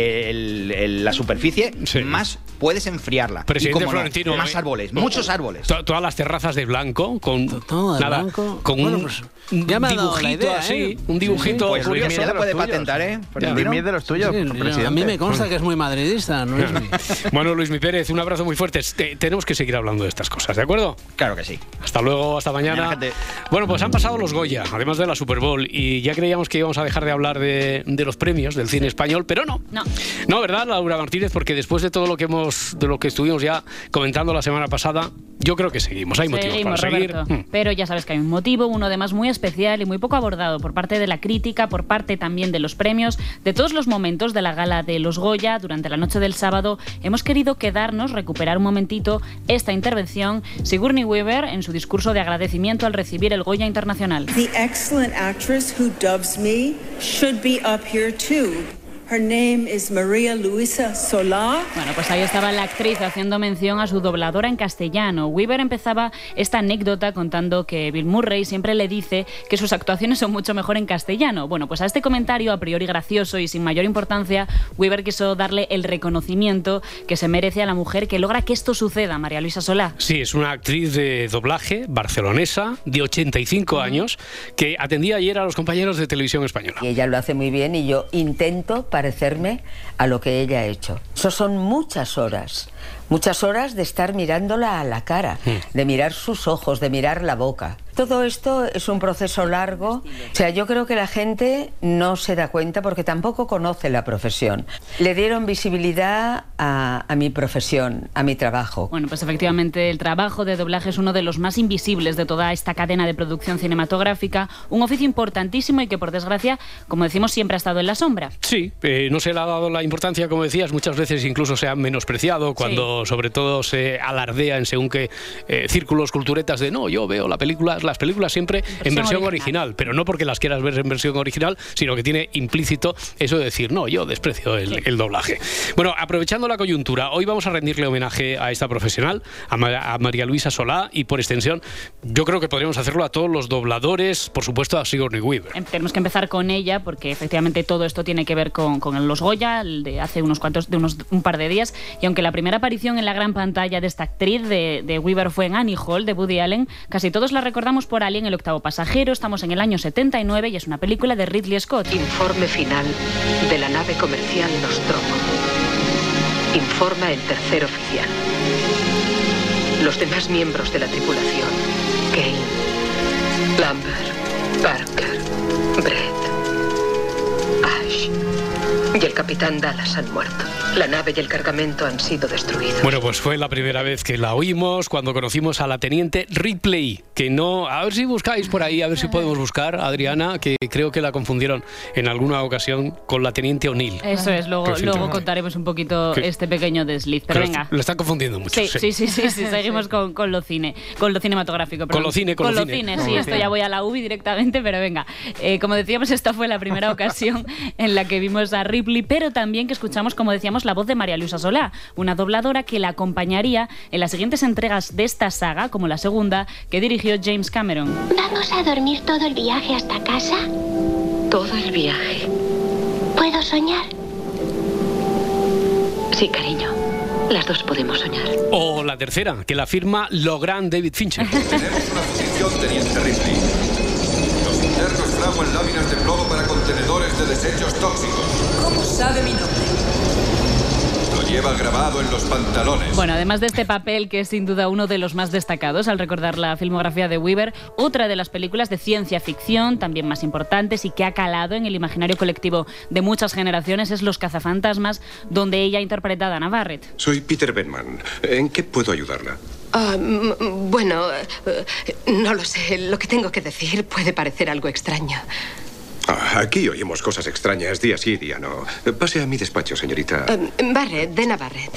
el- el- la superficie, Sí. más puedes enfriarla. Presidente Y cómo no, Florentino, más eh, árboles, muchos árboles. To- Todas las terrazas de blanco con Todo de nada, blanco. con Bueno, un, pues, un ya me ha dado la dibujito idea, así, ¿eh? un dibujito Pues Luis curioso. Miguel la puede tuyos. patentar, ¿eh? Luis Florentino. Miguel de los tuyos, Sí, presidente. a mí me consta que es muy madridista, ¿no? Bueno, Luismi Pérez, un abrazo muy fuerte. Te- tenemos que seguir hablando de estas cosas, ¿de acuerdo? Claro que sí. Hasta luego, hasta mañana. Mañana, gente. Bueno, pues han pasado los Goya, además de la Super Bowl, y ya creíamos que íbamos a dejar de hablar de, de los premios del cine español, pero no. No. No, ¿verdad, Laura Martínez? Porque después de todo lo que hemos, de lo que estuvimos ya comentando la semana pasada, yo creo que seguimos. Hay motivos Seguimos, para seguir. Roberto. Mm. Pero ya sabes que hay un motivo, uno además muy especial y muy poco abordado por parte de la crítica, por parte también de los premios, de todos los momentos de la gala de los Goya durante la noche del sábado. Hemos querido quedarnos, recuperar un momentito esta intervención. Sigourney Weaver en su discurso de agradecimiento al recibir el Goya Internacional. The excellent actress who dubs me should be up here too. Her name is María Luisa Solá. Bueno, pues ahí estaba la actriz haciendo mención a su dobladora en castellano. Weaver empezaba esta anécdota contando que Bill Murray siempre le dice que sus actuaciones son mucho mejor en castellano. Bueno, pues a este comentario, a priori gracioso y sin mayor importancia, Weaver quiso darle el reconocimiento que se merece a la mujer que logra que esto suceda, María Luisa Solá. Sí, es una actriz de doblaje barcelonesa de ochenta y cinco años que atendía ayer a los compañeros de Televisión Española. Y ella lo hace muy bien y yo intento parecerme a lo que ella ha hecho. Eso son muchas horas, muchas horas de estar mirándola a la cara, de mirar sus ojos, de mirar la boca. todo esto es un proceso largo. O sea, yo creo que la gente no se da cuenta porque tampoco conoce la profesión. Le dieron visibilidad a, a mi profesión, a mi trabajo. Bueno, pues efectivamente el trabajo de doblaje es uno de los más invisibles de toda esta cadena de producción cinematográfica, un oficio importantísimo y que por desgracia, como decimos, siempre ha estado en la sombra. Sí, eh, no se le ha dado la importancia, como decías, muchas veces incluso se ha menospreciado cuando sí. sobre todo se alardea en según qué eh, círculos culturetas de no, yo veo la película, las películas siempre versión en versión original. original, pero no porque las quieras ver en versión original, sino que tiene implícito eso de decir, no, yo desprecio el, sí. el doblaje. Bueno, aprovechando la coyuntura, hoy vamos a rendirle homenaje a esta profesional, a, Ma a María Luisa Solá, y por extensión, yo creo que podríamos hacerlo a todos los dobladores, por supuesto a Sigourney Weaver. Tenemos que empezar con ella, porque efectivamente todo esto tiene que ver con, con los Goya, el de hace unos cuantos, de unos un par de días, y aunque la primera aparición en la gran pantalla de esta actriz de, de Weaver fue en Annie Hall, de Woody Allen, casi todos la recordamos por Alien, el octavo pasajero. Estamos en el año setenta y nueve y es una película de Ridley Scott. Informe final de la nave comercial Nostromo. Informa el tercer oficial. Los demás miembros de la tripulación, Kane, Lambert, Parker, Brett, Ash y el capitán Dallas han muerto. La nave y el cargamento han sido destruidos. Bueno, pues fue la primera vez que la oímos cuando conocimos a la teniente Ripley, que no... A ver si buscáis por ahí, a ver si podemos buscar, Adriana, que creo que la confundieron en alguna ocasión con la teniente O'Neill. Eso es, luego, luego contaremos un poquito que, este pequeño desliz, pero venga. Lo están confundiendo mucho. Sí, sí, sí, sí, sí, seguimos con, con lo cine, con lo cinematográfico. Perdón. Con lo cine, con, con lo cine. cine. cine sí, esto ya voy a la U B I directamente, pero venga. Eh, como decíamos, esta fue la primera ocasión en la que vimos a Ripley, pero también que escuchamos, como decíamos, la voz de María Luisa Solá, una dobladora que la acompañaría en las siguientes entregas de esta saga, como la segunda, que dirigió James Cameron. ¿Vamos a dormir todo el viaje hasta casa? Todo el viaje. ¿Puedo soñar? Sí, cariño. Las dos podemos soñar. O la tercera, que la firma Logran David Fincher. Tenemos una posición, teniente Ripley. Los internos fraguan láminas de plomo para contenedores de desechos tóxicos. ¿Cómo sabe mi nombre? Lleva grabado en los pantalones. Bueno, además de este papel, que es sin duda uno de los más destacados al recordar la filmografía de Weaver, otra de las películas de ciencia ficción también más importantes y que ha calado en el imaginario colectivo de muchas generaciones es Los cazafantasmas, donde ella interpreta a Dana Barrett. Soy Peter Benman. ¿En qué puedo ayudarla? Uh, bueno, uh, no lo sé. Lo que tengo que decir puede parecer algo extraño. Ah, aquí oímos cosas extrañas día sí, día no. Pase a mi despacho, señorita. Uh, Barrett, Dana Barrett.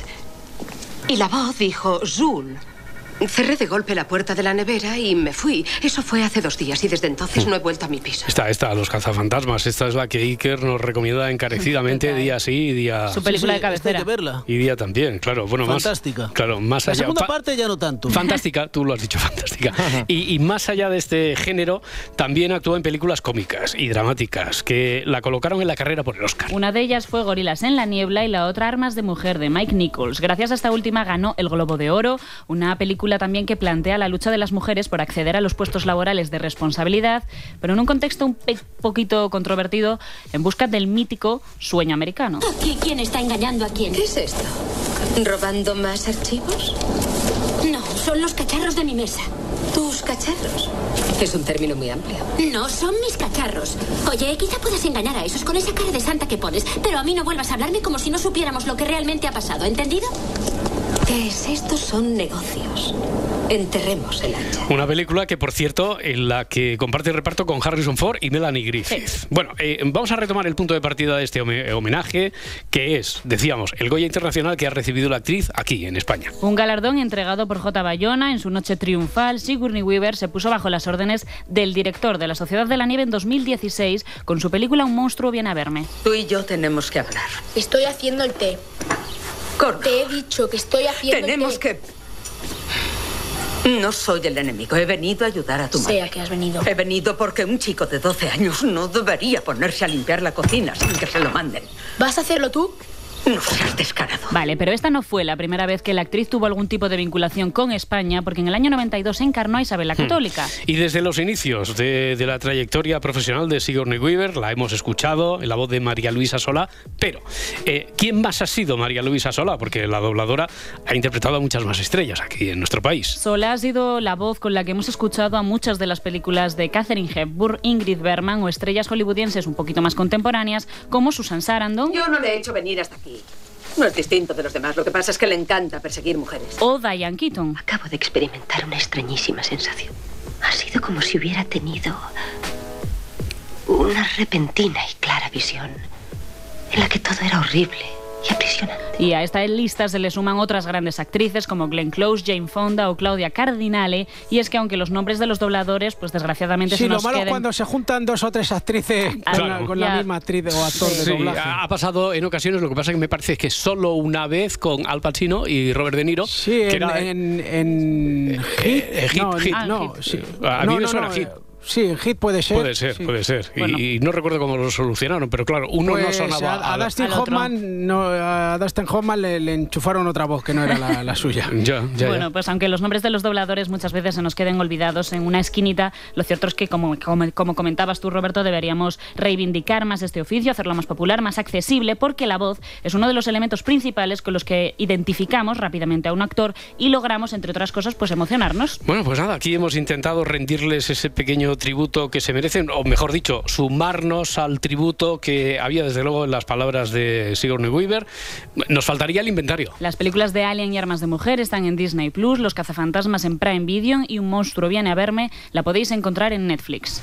Y la voz dijo Zul. Cerré de golpe la puerta de la nevera y me fui. Eso fue hace dos días y desde entonces no he vuelto a mi piso. Esta, esta, Los cazafantasmas. Esta es la que Iker nos recomienda encarecidamente día sí y día... Su película sí, sí, de cabecera. Hay que verla. Y día también, claro. Bueno, fantástica. Más, claro, más allá. La segunda parte ya no tanto. Fantástica, tú lo has dicho, fantástica. Y, y más allá de este género, también actuó en películas cómicas y dramáticas que la colocaron en la carrera por el Oscar. Una de ellas fue Gorilas en la niebla y la otra Armas de mujer, de Mike Nichols. Gracias a esta última ganó el Globo de Oro, una película también que plantea a la lucha de las mujeres por acceder a los puestos laborales de responsabilidad, pero en un contexto un poquito controvertido, en busca del mítico sueño americano. ¿Aquí quién está engañando a quién? ¿Qué es esto? ¿Robando más archivos? No, son los cacharros de mi mesa. ¿Tus cacharros? Es un término muy amplio. No, son mis cacharros. Oye, quizá puedas engañar a esos con esa cara de santa que pones, pero a mí no vuelvas a hablarme como si no supiéramos lo que realmente ha pasado, ¿entendido? ¿Qué es? Estos son negocios. Enterremos el hacha. Una película que, por cierto, en la que comparte reparto con Harrison Ford y Melanie Griffith. Sí. Bueno, eh, vamos a retomar el punto de partida de este homenaje, que es, decíamos, el Goya Internacional que ha recibido la actriz aquí, en España. Un galardón entregado por J. Bayona en su noche triunfal. Sigourney Weaver se puso bajo las órdenes del director de La Sociedad de la Nieve en dos mil dieciséis con su película Un monstruo viene a verme. Tú y yo tenemos que hablar. Estoy haciendo el té. Corta. Te he dicho que estoy haciendo Tenemos el té. que... No soy el enemigo, he venido a ayudar a tu madre. Sé a qué has venido. He venido porque un chico de doce años no debería ponerse a limpiar la cocina sin que se lo manden. ¿Vas a hacerlo tú? No seas descarado. Vale, pero esta no fue la primera vez que la actriz tuvo algún tipo de vinculación con España, porque en el año noventa y dos encarnó a Isabel la Católica. Hmm. Y desde los inicios de, de la trayectoria profesional de Sigourney Weaver, la hemos escuchado en la voz de María Luisa Solá, pero eh, ¿quién más ha sido María Luisa Solá? Porque la dobladora ha interpretado a muchas más estrellas aquí en nuestro país. Solá ha sido la voz con la que hemos escuchado a muchas de las películas de Katharine Hepburn, Ingrid Bergman o estrellas hollywoodienses un poquito más contemporáneas como Susan Sarandon. Yo no le he hecho venir hasta aquí. No es distinto de los demás, lo que pasa es que le encanta perseguir mujeres. O Diane Keaton. Acabo de experimentar una extrañísima sensación. Ha sido como si hubiera tenido una repentina y clara visión en la que todo era horrible y aprisionante. Y a esta lista se le suman otras grandes actrices como Glenn Close, Jane Fonda o Claudia Cardinale. Y es que aunque los nombres de los dobladores, pues desgraciadamente sí, se nos lo malo queden... es cuando se juntan dos o tres actrices Ah, con, claro. la, con Ya. la misma actriz o actor Sí, de doblaje. ha pasado en ocasiones, lo que pasa es que me parece que solo una vez con Al Pacino y Robert De Niro. Sí, que en, era, en, en Hit, eh, Hit, no, Hit. no, Ah, sí. A mí No, me no, suena no, Hit. eh, Sí, en Hit puede ser. Puede ser, sí. puede ser. Y- Bueno. Y, no recuerdo cómo lo solucionaron, pero claro, uno Pues no sonaba a, a al- Dustin al otro. Hoffman, no, a Dustin Hoffman le, le enchufaron otra voz que no era la, la suya. Ya, ya, Bueno, pues aunque los nombres de los dobladores muchas veces se nos queden olvidados en una esquinita, lo cierto es que, como, como, como comentabas tú, Roberto, deberíamos reivindicar más este oficio, hacerlo más popular, más accesible, porque la voz es uno de los elementos principales con los que identificamos rápidamente a un actor y logramos, entre otras cosas, pues emocionarnos. Bueno, pues nada, aquí hemos intentado rendirles ese pequeño tributo que se merecen, o mejor dicho, sumarnos al tributo que había desde luego en las palabras de Sigourney Weaver. Nos faltaría el inventario. Las películas de Alien y Armas de Mujer están en Disney Plus, Los cazafantasmas en Prime Video y Un monstruo viene a verme la podéis encontrar en Netflix.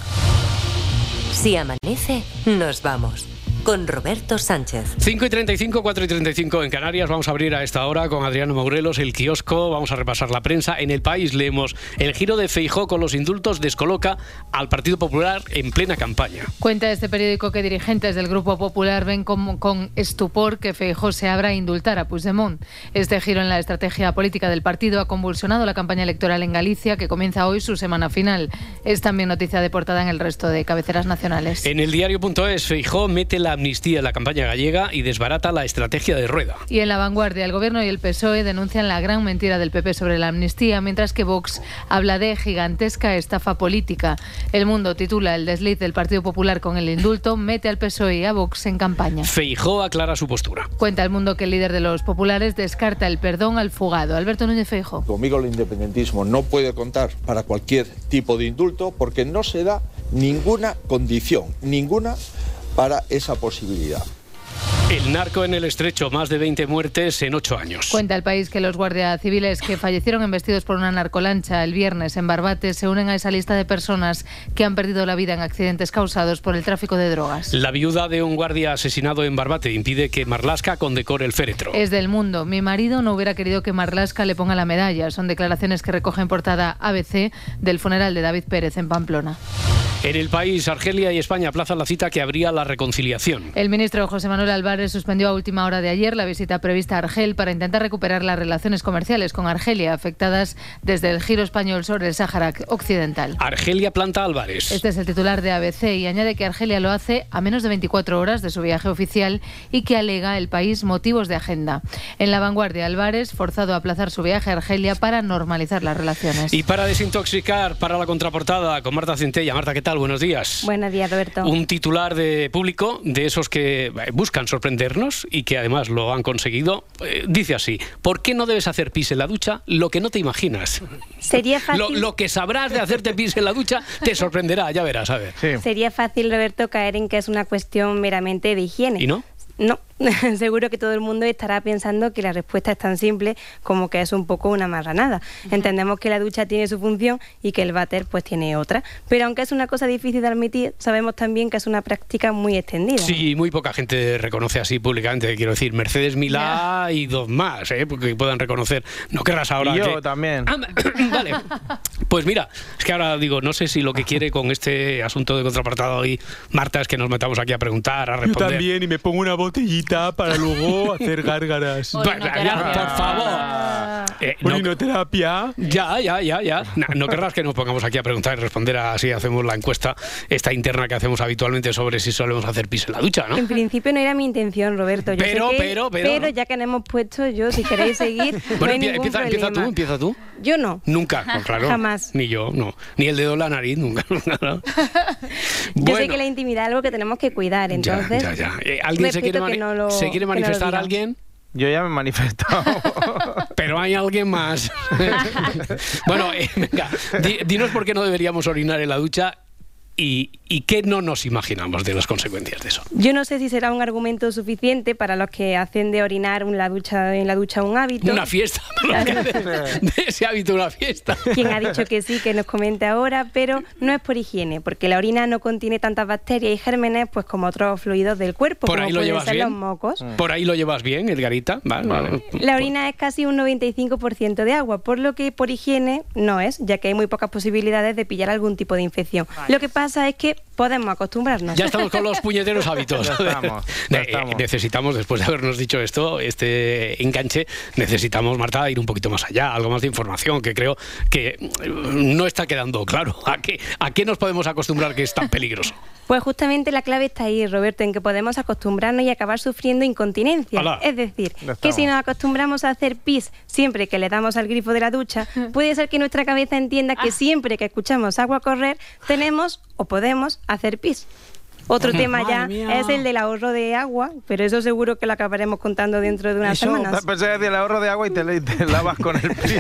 Si amanece, nos vamos. Con Roberto Sánchez. cinco y treinta y cinco, cuatro y treinta y cinco en Canarias. Vamos a abrir a esta hora con Adriano Mourelos el kiosco. Vamos a repasar la prensa. En El País leemos: el giro de Feijóo con los indultos descoloca al Partido Popular en plena campaña. Cuenta este periódico que dirigentes del Grupo Popular ven con, con estupor que Feijóo se abra a indultar a Puigdemont. Este giro en la estrategia política del partido ha convulsionado la campaña electoral en Galicia, que comienza hoy su semana final. Es también noticia de portada en el resto de cabeceras nacionales. En el diario.es, Feijóo mete la amnistía en la campaña gallega y desbarata la estrategia de Rueda. Y en La Vanguardia, el Gobierno y el P S O E denuncian la gran mentira del P P sobre la amnistía, mientras que Vox habla de gigantesca estafa política. El Mundo titula: el desliz del Partido Popular con el indulto mete al P S O E y a Vox en campaña. Feijóo aclara su postura. Cuenta El Mundo que el líder de los populares descarta el perdón al fugado. Alberto Núñez Feijóo. Conmigo el independentismo no puede contar para cualquier tipo de indulto porque no se da ninguna condición, ninguna para esa posibilidad. El narco en el estrecho, más de veinte muertes en ocho años. Cuenta El País que los guardias civiles que fallecieron embestidos por una narcolancha el viernes en Barbate se unen a esa lista de personas que han perdido la vida en accidentes causados por el tráfico de drogas. La viuda de un guardia asesinado en Barbate impide que Marlaska condecore el féretro. Es del Mundo. Mi marido no hubiera querido que Marlaska le ponga la medalla. Son declaraciones que recoge en portada A B C del funeral de David Pérez en Pamplona. En El País, Argelia y España aplazan la cita que abría la reconciliación. El ministro José Manuel Álvarez suspendió a última hora de ayer la visita prevista a Argel para intentar recuperar las relaciones comerciales con Argelia, afectadas desde el giro español sobre el Sáhara Occidental. Argelia planta Álvarez. Este es el titular de A B C y añade que Argelia lo hace a menos de veinticuatro horas de su viaje oficial y que alega el país motivos de agenda. En La Vanguardia, Álvarez forzado a aplazar su viaje a Argelia para normalizar las relaciones. Y para desintoxicar, para la contraportada, con Marta Centella. Marta, ¿qué tal? Buenos días. Buenos días, Roberto. Un titular de Público, de esos que eh, buscan sorprendernos y que además lo han conseguido, eh, dice así: ¿por qué no debes hacer pis en la ducha? Lo que no te imaginas. Sería fácil. Lo, lo que sabrás de hacerte pis en la ducha te sorprenderá, ya verás, a ver. Sería fácil, Roberto, caer en que es una cuestión meramente de higiene. ¿Y no? No, seguro que todo el mundo estará pensando que la respuesta es tan simple como que es un poco una marranada. Entendemos que la ducha tiene su función y que el váter pues tiene otra, pero aunque es una cosa difícil de admitir, sabemos también que es una práctica muy extendida. Sí, muy poca gente reconoce así públicamente, quiero decir, Mercedes Milá y dos más, ¿eh? Porque puedan reconocer. No querrás ahora Y yo que... también. Ah, vale. Pues mira, es que ahora digo, no sé si lo que quiere con este asunto de contrapartado hoy Marta es que nos metamos aquí a preguntar, a Yo responder. también, y me pongo una botellita agüita para luego hacer gárgaras. Ya, por favor. Eh, no- Orinoterapia. Ya, ya, ya, ya. No, no querrás que nos pongamos aquí a preguntar y responder así, hacemos la encuesta esta interna que hacemos habitualmente sobre si solemos hacer pis en la ducha, ¿no? En principio no era mi intención, Roberto. Yo Pero, sé que- pero, pero- ya que nos hemos puesto, yo, si queréis seguir, no Bueno, hay empie- ningún empieza, empieza tú, problema. empieza tú. Yo no. Nunca, pues claro. Jamás. Ni yo, no. Ni el dedo en la nariz, nunca. nada. Yo sé que la intimidad es algo que tenemos que cuidar, entonces... ya, ya. Eh, ¿Alguien se respeto quiere, que mani- no lo- ¿se quiere que no lo manifestar digan. alguien? Yo ya me he manifestado. Pero hay alguien más. Bueno, eh, venga, di- dinos por qué no deberíamos orinar en la ducha y, y qué no nos imaginamos de las consecuencias de eso. Yo no sé si será un argumento suficiente para los que hacen de orinar en la ducha, en la ducha un hábito. Una fiesta, ¿no? Que de, de ese hábito una fiesta. Quien ha dicho que sí, que nos comente ahora, pero no es por higiene, porque la orina no contiene tantas bacterias y gérmenes pues como otros fluidos del cuerpo, ¿Por como ahí lo pueden llevas ser bien? los mocos. ¿Por ahí lo llevas bien, Edgarita? Vale, vale. La orina es casi un noventa y cinco por ciento de agua, por lo que por higiene no es, ya que hay muy pocas posibilidades de pillar algún tipo de infección. Lo que pasa es que podemos acostumbrarnos. Ya estamos con los puñeteros hábitos. Ya estamos, ya Eh, estamos. Necesitamos, después de habernos dicho esto, este enganche, necesitamos, Marta, ir un poquito más allá, algo más de información, que creo que eh, no está quedando claro. ¿A qué, a qué nos podemos acostumbrar que es tan peligroso? Pues justamente la clave está ahí, Roberto, en que podemos acostumbrarnos y acabar sufriendo incontinencia. Alá. Es decir, Ya que estamos. si nos acostumbramos a hacer pis siempre que le damos al grifo de la ducha, puede ser que nuestra cabeza entienda que siempre que escuchamos agua correr, tenemos o podemos hacer pis. Otro tema ya Madre mía. es el del ahorro de agua, pero eso seguro que lo acabaremos contando dentro de unas semanas. Pensé que decía el ahorro de agua y te, y te lavas con el pis.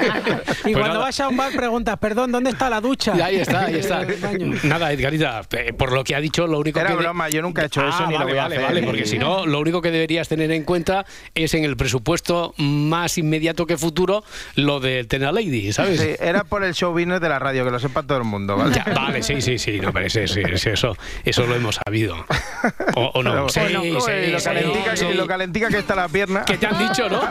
Y cuando vas a un bar preguntas, perdón, ¿dónde está la ducha? Y ahí está, ahí está. Nada, Edgarita, eh, por lo que ha dicho, lo único Era que... de- broma, yo nunca he hecho Ah, eso ni lo vale, voy a vale, hacer. vale, porque si no, lo único que deberías tener en cuenta es en el presupuesto más inmediato que futuro lo de Tena Lady, ¿sabes? Sí, era por el show business de la radio, que lo sepa todo el mundo, ¿vale? Ya, vale, sí, sí, sí, no, pero sí, sí, sí, eso, eso lo hemos sabido. O, o no, Pero- sí, o no. sí, Uy, lo, sí, calentica, sí. que- lo calentica que está la pierna. ¿Qué te han dicho, no?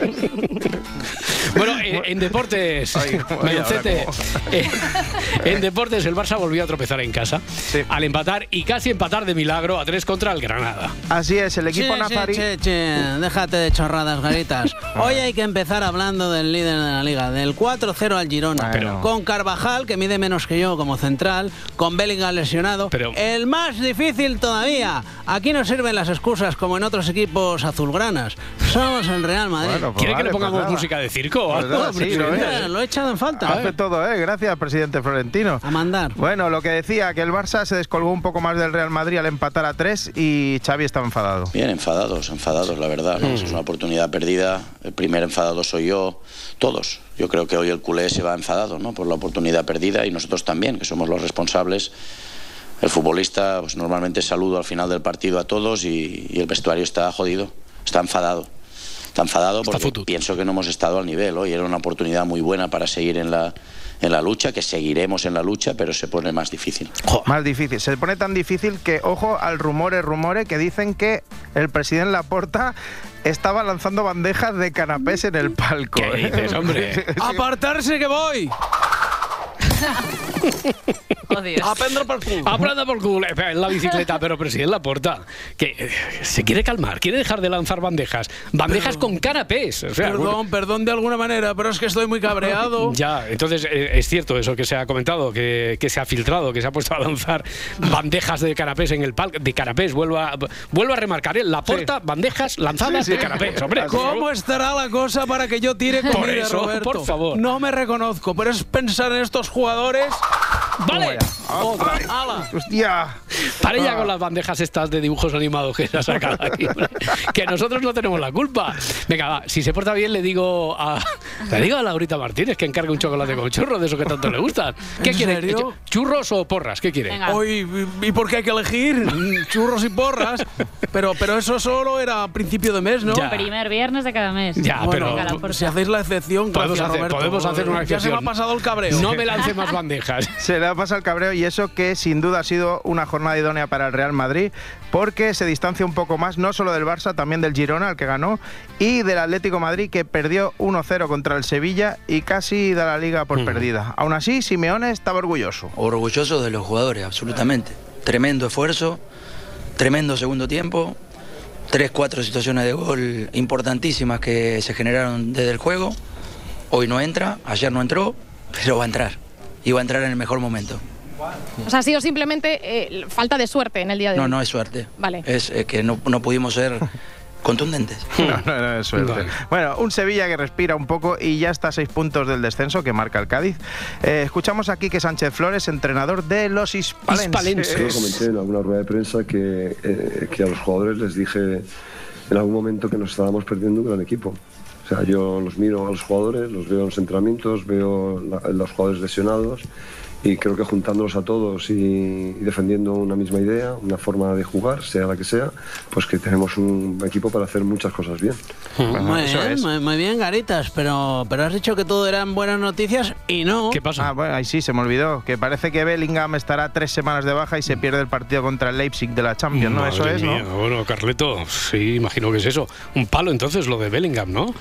Bueno, en, en deportes, Meloncete, eh, en deportes el Barça volvió a tropezar en casa al empatar y casi empatar de milagro a tres contra el Granada. Así es, el equipo Che, che, nazarí... che, che, déjate de chorradas, garitas. Hoy hay que empezar hablando del líder de la liga, del cuatro cero al Girona. Bueno. Con Carvajal, que mide menos que yo como central, con Bellingham lesionado. El más difícil todavía. Aquí no sirven las excusas como en otros equipos azulgranas. Somos el Real Madrid. Bueno, pues ¿Quiere que vale, le pongamos pues nada. música de circo o Pues algo? nada, sí, lo es. Lo he echado en falta. Hace todo, ¿eh? Gracias, presidente Florentino. A mandar. Bueno, lo que decía, que el Barça se descolgó un poco más del Real Madrid al empatar a tres y Xavi estaba enfadado. Bien, enfadados, enfadados, la verdad. ¿no? Mm. Es una oportunidad perdida. El primer enfadado soy yo, todos. Yo creo que hoy el culé se va enfadado, ¿no? Por la oportunidad perdida y nosotros también, que somos los responsables. El futbolista, pues normalmente saludo al final del partido a todos y, y el vestuario está jodido, está enfadado. Está enfadado porque pienso que no hemos estado al nivel. Hoy era una oportunidad muy buena para seguir en la, en la lucha, que seguiremos en la lucha, pero se pone más difícil. Más difícil. Se pone tan difícil que, ojo al rumores, rumores que dicen que el presidente Laporta estaba lanzando bandejas de canapés en el palco. ¿Qué dices, hombre? ¡Apartarse que voy! Oh, Dios. A prendre por cul. A prendre por cul, eh, en la bicicleta, pero presidente Laporta, que eh, se quiere calmar, quiere dejar de lanzar bandejas. Bandejas con canapés. O sea, Perdón, perdón de alguna manera, pero es que estoy muy cabreado. Ya, entonces eh, es cierto eso que se ha comentado, que, que se ha filtrado, que se ha puesto a lanzar bandejas de canapés en el palco. De canapés, vuelvo a, vuelvo a remarcar, ¿eh? Laporta, bandejas lanzadas Sí, sí. de canapés, hombre. ¿Cómo estará la cosa para que yo tire Por comida, eso, Roberto? por favor. No me reconozco, pero es pensar en estos jugadores. ¡Vale! Otra. ¡Hala! ¡Hostia! Pare ya con las bandejas estas de dibujos animados que se ha sacado aquí, hombre. Que nosotros no tenemos la culpa. Venga, va, si se porta bien le digo a le digo a Laurita Martínez que encargue un chocolate con churros de esos que tanto le gustan. ¿Qué ¿En quiere? serio? ¿Churros o porras? ¿Qué quiere? Hoy, ¿y por qué hay que elegir? Churros y porras. Pero, pero eso solo era a principio de mes, ¿no? Ya. Primer viernes de cada mes. Ya, Bueno, pero- Venga, la porta. si hacéis la excepción, Podemos gracias, hacer, Roberto. podemos hacer una excepción. Ya se me ha pasado el cabreo. No me lance más bandejas. Se le ha pasado el cabreo y eso que sin duda ha sido una jornada idónea para el Real Madrid porque se distancia un poco más no solo del Barça, también del Girona, el que ganó, y del Atlético Madrid que perdió uno cero contra el Sevilla y casi da la liga por perdida. Aún así, Simeone estaba orgulloso. Orgulloso de los jugadores, absolutamente. Tremendo esfuerzo, tremendo segundo tiempo. tres, cuatro situaciones de gol importantísimas que se generaron desde el juego. Hoy no entra, ayer no entró, pero va a entrar. Y va a entrar en el mejor momento. O sea, ha sido simplemente eh, falta de suerte en el día de No, hoy. no es suerte. Vale. Es eh, que no, no pudimos ser contundentes. No, no, no es suerte. Vale. Bueno, un Sevilla que respira un poco y ya está a seis puntos del descenso que marca el Cádiz. Eh, escuchamos aquí que Sánchez Flores, entrenador de los hispalenses. hispalenses. Yo comenté en alguna rueda de prensa que, eh, que a los jugadores les dije en algún momento que nos estábamos perdiendo un gran equipo. O sea, yo los miro a los jugadores, los veo en los entrenamientos, veo la, los jugadores lesionados. Y creo que juntándolos a todos y, y defendiendo una misma idea, una forma de jugar, sea la que sea, pues que tenemos un equipo para hacer muchas cosas bien. Bueno, muy, bien muy, muy bien, Garitas, pero, pero has dicho que todo eran buenas noticias y no. ¿Qué pasa? Ah, bueno, ahí sí, se me olvidó. Que parece que Bellingham estará tres semanas de baja y se pierde el partido contra el Leipzig de la Champions, ¿no? Madre Eso es, mía. ¿no? Bueno, Carleto, sí, imagino que es eso. Un palo entonces lo de Bellingham, ¿no?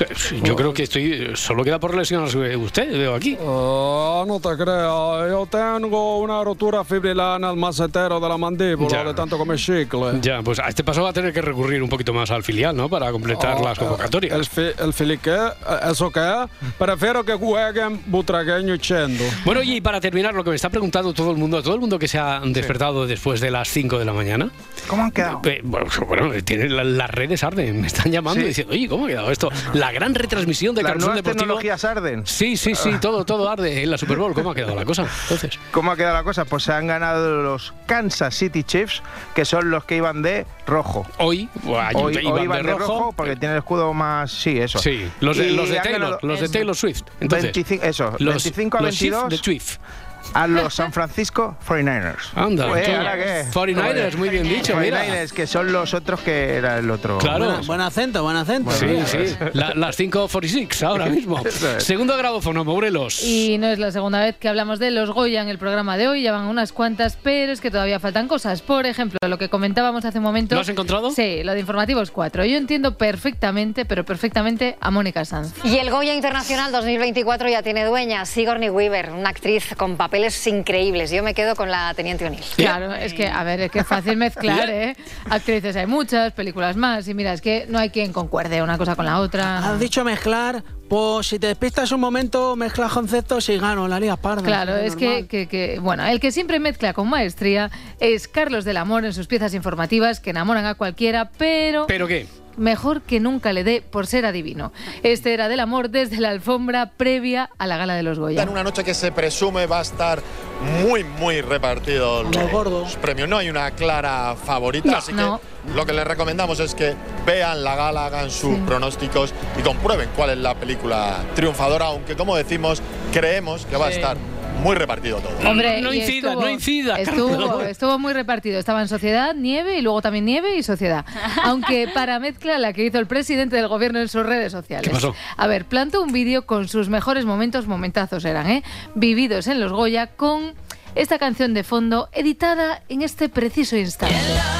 Yo creo que estoy solo queda por lesionarse usted, veo aquí. Oh, no te creas, yo tengo una rotura fibrilar en el macetero de la mandíbula Ya. de tanto comer chicle. Ya, pues a este paso va a tener que recurrir un poquito más al filial, ¿no? Para completar Oh, las convocatorias. El, fi, el fili qué, ¿eso qué? Prefiero que jueguen butragueño y chendo. Bueno, y para terminar, lo que me está preguntando todo el mundo, todo el mundo que se ha despertado después de las cinco de la mañana. ¿Cómo han quedado? Eh, bueno, bueno, tienen la- las redes arden, me están llamando Sí. y diciendo, oye, ¿cómo ha quedado esto? La gran retransmisión de Las Carrusel nuevas Deportivo. tecnologías arden. Sí, sí, sí, todo, todo arde en la Super Bowl. ¿Cómo ha quedado la cosa? Entonces. ¿Cómo ha quedado la cosa? Pues se han ganado los Kansas City Chiefs, que son los que iban de rojo. Hoy, hoy, iban hoy iban de de rojo, rojo, porque tiene el escudo más... Sí, eso. Sí, los de, Y los de han Taylor, ganado los de Taylor Swift. Entonces, veinticinco, eso, los, veinticinco a los Chiefs veintidós. de Swift. A los San Francisco cuarenta y nueve ers. Anda, Pues, tú. ¿ahora qué? cuarenta y nueve ers, muy bien dicho, mira. cuarenta y nueve ers, que son los otros que era el otro. Claro. Buen, buen acento, buen acento. Sí, sí. La- las cinco cuarenta y seis ahora mismo. Eso es. Segundo grabófono, Morelos. Y no es la segunda vez que hablamos de los Goya en el programa de hoy, ya van unas cuantas, pero es que todavía faltan cosas. Por ejemplo, lo que comentábamos hace un momento. ¿Lo has encontrado? Sí, lo de Informativos cuatro. Yo entiendo perfectamente, pero perfectamente a Mónica Sanz. Y el Goya Internacional dos mil veinticuatro ya tiene dueña, Sigourney Weaver, una actriz con papeles increíbles. Yo me quedo con la Teniente O'Neill. Claro, es que, a ver, es que es fácil mezclar, ¿eh? Actrices hay muchas, películas más, y mira, es que no hay quien concuerde una cosa con la otra. Has dicho mezclar, pues si te despistas un momento, mezclas conceptos y gano, la liga parda. Claro, es que, que, que, bueno, el que siempre mezcla con maestría es Carlos del Amor en sus piezas informativas que enamoran a cualquiera, pero... ¿Pero qué? Mejor que nunca le dé por ser adivino. Este era Del Amor desde la alfombra previa a la gala de los Goya. En una noche que se presume va a estar muy, muy repartido los premios. No hay una clara favorita, No, así no. que lo que les recomendamos es que vean la gala, hagan sus Sí. pronósticos y comprueben cuál es la película triunfadora, aunque como decimos, creemos que va a Sí. estar muy repartido todo. Hombre, no y incida, estuvo- no incida, Estuvo, Carlos. estuvo muy repartido. Estaba en Sociedad, Nieve y luego también Nieve y Sociedad. Aunque para mezcla la que hizo el presidente del gobierno en sus redes sociales. ¿Qué pasó? A ver, plantó un vídeo con sus mejores momentos, momentazos eran, ¿eh? Vividos en los Goya con esta canción de fondo editada en este preciso instante.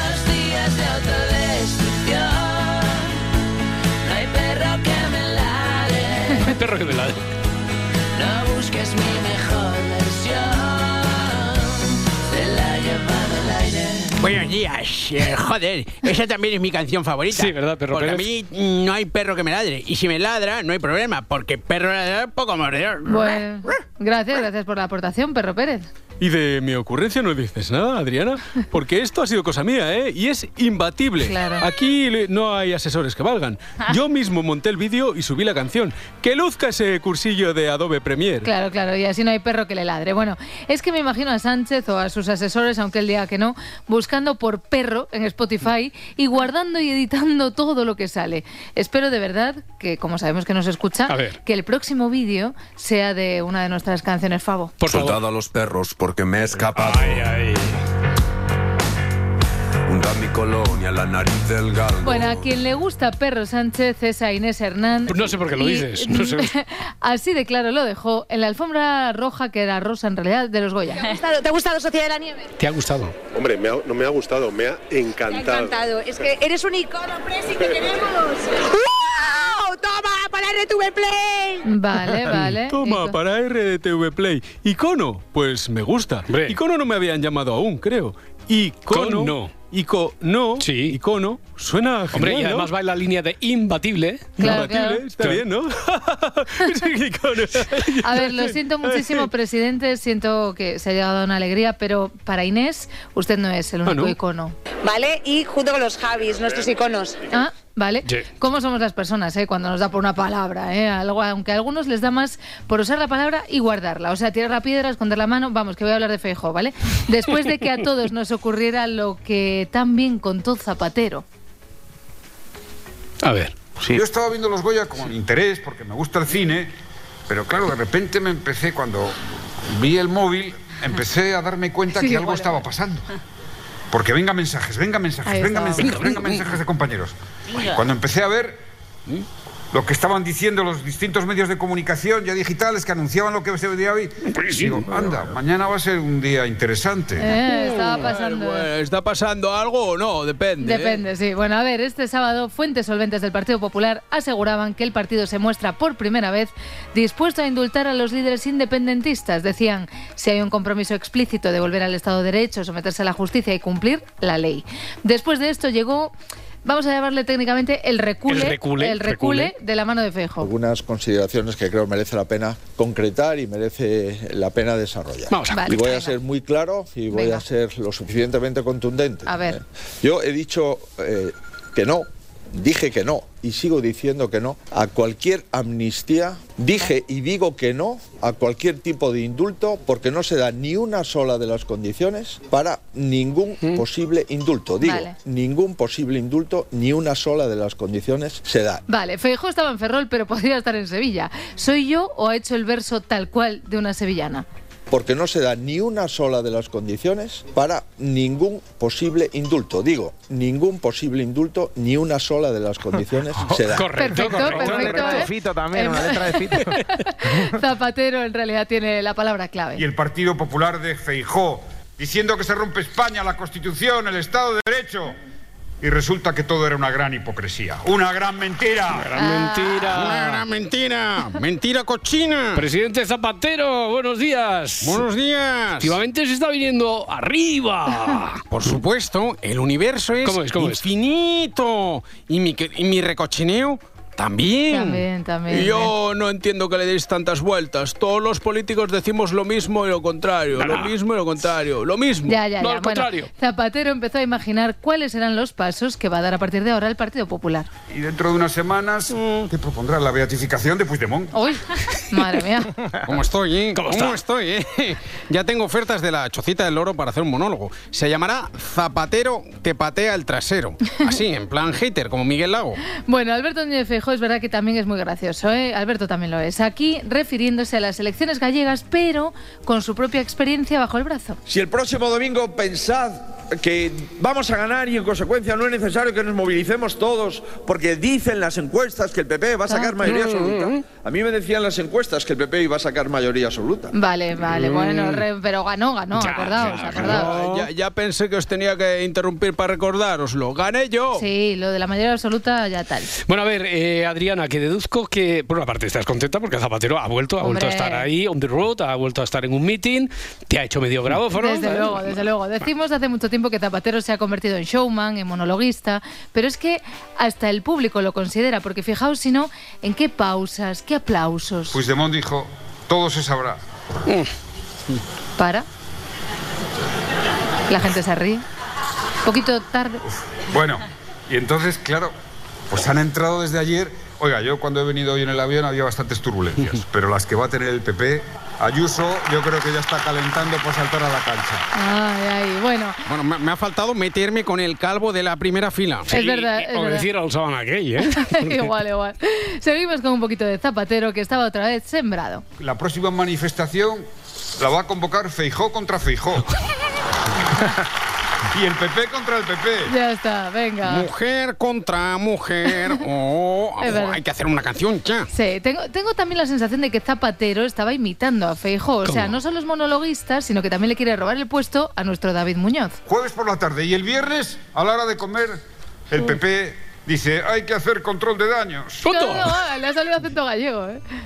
días de autodestrucción, no hay perro que me ladre, El perro que me ladre. no busques mi mejor versión, se la lleva del aire. Buenos días. Eh, joder, esa también es mi canción favorita. Sí, ¿verdad, perro Porque Pérez? a mí mm, no hay perro que me ladre. Y si me ladra, no hay problema, porque perro ladra, poco mordedor. Bueno, gracias, gracias por la aportación, Perro Pérez. Y de mi ocurrencia no dices nada, Adriana, porque esto ha sido cosa mía, ¿eh? Y es imbatible. Claro. Aquí le- no hay asesores que valgan. Yo mismo monté el vídeo y subí la canción. Que luzca ese cursillo de Adobe Premiere. Claro, claro, y así no hay perro que le ladre. Bueno, es que me imagino a Sánchez o a sus asesores, aunque él diga que no, buscando por perro en Spotify y guardando y editando todo lo que sale. Espero de verdad que, como sabemos que nos escucha, A ver. que el próximo vídeo sea de una de nuestras canciones Favo. Soltad a los perros porque me he escapado. Hunda mi colonia, la nariz del galgo. Bueno, a quien le gusta Perro Sánchez es a Inés Hernán. No sé por qué lo Y- dices, no sé. Así de claro lo dejó en la alfombra roja, que era rosa en realidad, de los Goya. ¿Te ha gustado, ¿te ha gustado Sociedad de la Nieve? ¿Te ha gustado? Hombre, me ha- no me ha gustado, me ha encantado. Encantado. Es que eres un icono, Presi, que queremos. ¡Wow! ¡Toma, para R T V Play! Vale, vale. Toma, para R D T V Play. Icono, pues me gusta. Icono no me habían llamado aún, creo. Icono. Cono. icono, sí. icono, suena genial, Hombre, y además ¿no? va en la línea de imbatible. Claro, Imbatible, claro. está bien, ¿no? A ver, lo siento muchísimo, presidente, siento que se ha llegado a una alegría, pero para Inés, usted no es el único ¿no? icono. ¿Vale? Y junto con los Javis, nuestros iconos. Ah, vale. Sí. ¿Cómo somos las personas, eh? Cuando nos da por una palabra, eh? Algo, aunque a algunos les da más por usar la palabra y guardarla. O sea, tirar la piedra, esconder la mano. Vamos, que voy a hablar de Feijóo, ¿vale? Después de que a todos nos ocurriera lo que tan bien contó Zapatero. A ver. Sí. Yo estaba viendo los Goya con interés porque me gusta el cine, pero claro, de repente me empecé, cuando vi el móvil, empecé a darme cuenta Sí, que algo vale, estaba vale. pasando. Porque venga mensajes, venga mensajes, Ahí venga está. mensajes, venga mensajes de compañeros. Cuando empecé a ver lo que estaban diciendo los distintos medios de comunicación ya digitales que anunciaban lo que se veía hoy, digo, anda, mañana va a ser un día interesante. Eh, estaba pasando. Bueno, ¿está pasando algo o no? Depende. ¿eh? Depende, sí. Bueno, a ver, este sábado fuentes solventes del Partido Popular aseguraban que el partido se muestra por primera vez dispuesto a indultar a los líderes independentistas. Decían, si hay un compromiso explícito de volver al Estado de Derecho, someterse a la justicia y cumplir la ley. Después de esto llegó, vamos a llamarle técnicamente el recule, El recule, el recule, recule. de la mano de Feijóo. Algunas consideraciones que creo merece la pena concretar y merece la pena desarrollar. Vamos a Vale. y voy a Venga. ser muy claro y voy Venga. a ser lo suficientemente contundente. A ver. Eh, Yo he dicho eh, que no, dije que no y sigo diciendo que no a cualquier amnistía. Dije y digo que no a cualquier tipo de indulto porque no se da ni una sola de las condiciones para ningún posible indulto. Digo, Vale. ningún posible indulto, ni una sola de las condiciones se da. Vale, Feijóo estaba en Ferrol, pero podría estar en Sevilla. ¿Soy yo o ha hecho el verso tal cual de una sevillana? Porque no se da ni una sola de las condiciones para ningún posible indulto. Digo, ningún posible indulto, ni una sola de las condiciones se da. Correcto, Perfecto, correcto. perfecto. Una letra de ¿eh? Fito también, Em- una letra de Fito. Zapatero en realidad tiene la palabra Y clave. el Partido Popular de Feijóo, diciendo que se rompe España, la Constitución, el Estado de Derecho. Y resulta que todo era una gran hipocresía, una gran mentira. Gran mentira. Una gran mentira. Mentira cochina. Presidente Zapatero, buenos días. Buenos días. Últimamente se está viniendo arriba. Por supuesto, el universo es, ¿Cómo es, cómo es? infinito. Y mi, que- y mi recochineo también. También, también. Yo no entiendo que le deis tantas vueltas. Todos los políticos decimos lo mismo y lo contrario. No, Lo no. mismo y lo contrario. Lo mismo. Ya, ya, No, ya. al Bueno, contrario. Zapatero empezó a imaginar cuáles serán los pasos que va a dar a partir de ahora el Partido Popular. Y dentro de unas semanas te propondrá la beatificación de Puigdemont. ¡Uy! Madre mía. ¿Cómo estoy, eh? ¿Cómo ¿Cómo, está? estoy, eh? Ya tengo ofertas de la Chocita del Loro para hacer un monólogo. Se llamará Zapatero te patea el trasero. Así, en plan hater, como Miguel Lago. Bueno, Alberto Núñez Feijóo es verdad que también es muy gracioso, ¿eh? Alberto también lo es. Aquí refiriéndose a las elecciones gallegas, pero con su propia experiencia bajo el brazo. Si el próximo domingo pensad que vamos a ganar y en consecuencia no es necesario que nos movilicemos todos porque dicen las encuestas que el P P va a sacar mayoría absoluta. A mí me decían las encuestas que el P P iba a sacar mayoría absoluta. Vale, vale, bueno, re- pero ganó, ganó, acordaos, acordaos. Ya, ya pensé que os tenía que interrumpir para recordároslo. ¡Gané yo! Sí, lo de la mayoría absoluta ya tal. Bueno, a ver, eh, Adriana, que deduzco que, por una parte, estás contenta porque Zapatero ha vuelto, ha vuelto a Hombre. estar ahí, on the road, ha vuelto a estar en un meeting, te ha hecho medio grabófono. Desde ¿sabes? luego, desde luego. Decimos hace mucho tiempo que Zapatero se ha convertido en showman, en monologuista, pero es que hasta el público lo considera, porque fijaos si no, en qué pausas, qué aplausos. Puigdemont dijo, todo se sabrá. Para. La gente se ríe. Un poquito tarde. Bueno, y entonces, claro, pues han entrado desde ayer. Oiga, yo cuando he venido hoy en el avión había bastantes turbulencias, pero las que va a tener el P P, Ayuso, yo creo que ya está calentando para saltar a la cancha. Ay, ay, bueno. Bueno, me, me ha faltado meterme con el calvo de la primera fila. Es verdad, es O verdad. decir al Sabana aquel, ¿eh? igual, igual. Seguimos con un poquito de Zapatero, que estaba otra vez sembrado. La próxima manifestación la va a convocar Feijóo contra Feijóo. Y el P P contra el P P. Ya está, venga. Mujer contra mujer. Oh, Es verdad. hay que hacer una canción ya. Sí, tengo, tengo también la sensación de que Zapatero estaba imitando a Feijóo. O sea, ¿Cómo? no solo es monologuista, sino que también le quiere robar el puesto a nuestro David Muñoz. Jueves por la tarde y el viernes, a la hora de comer, el P P dice, hay que hacer control de daños. No, no, le ha salido acento gallego, ¿eh?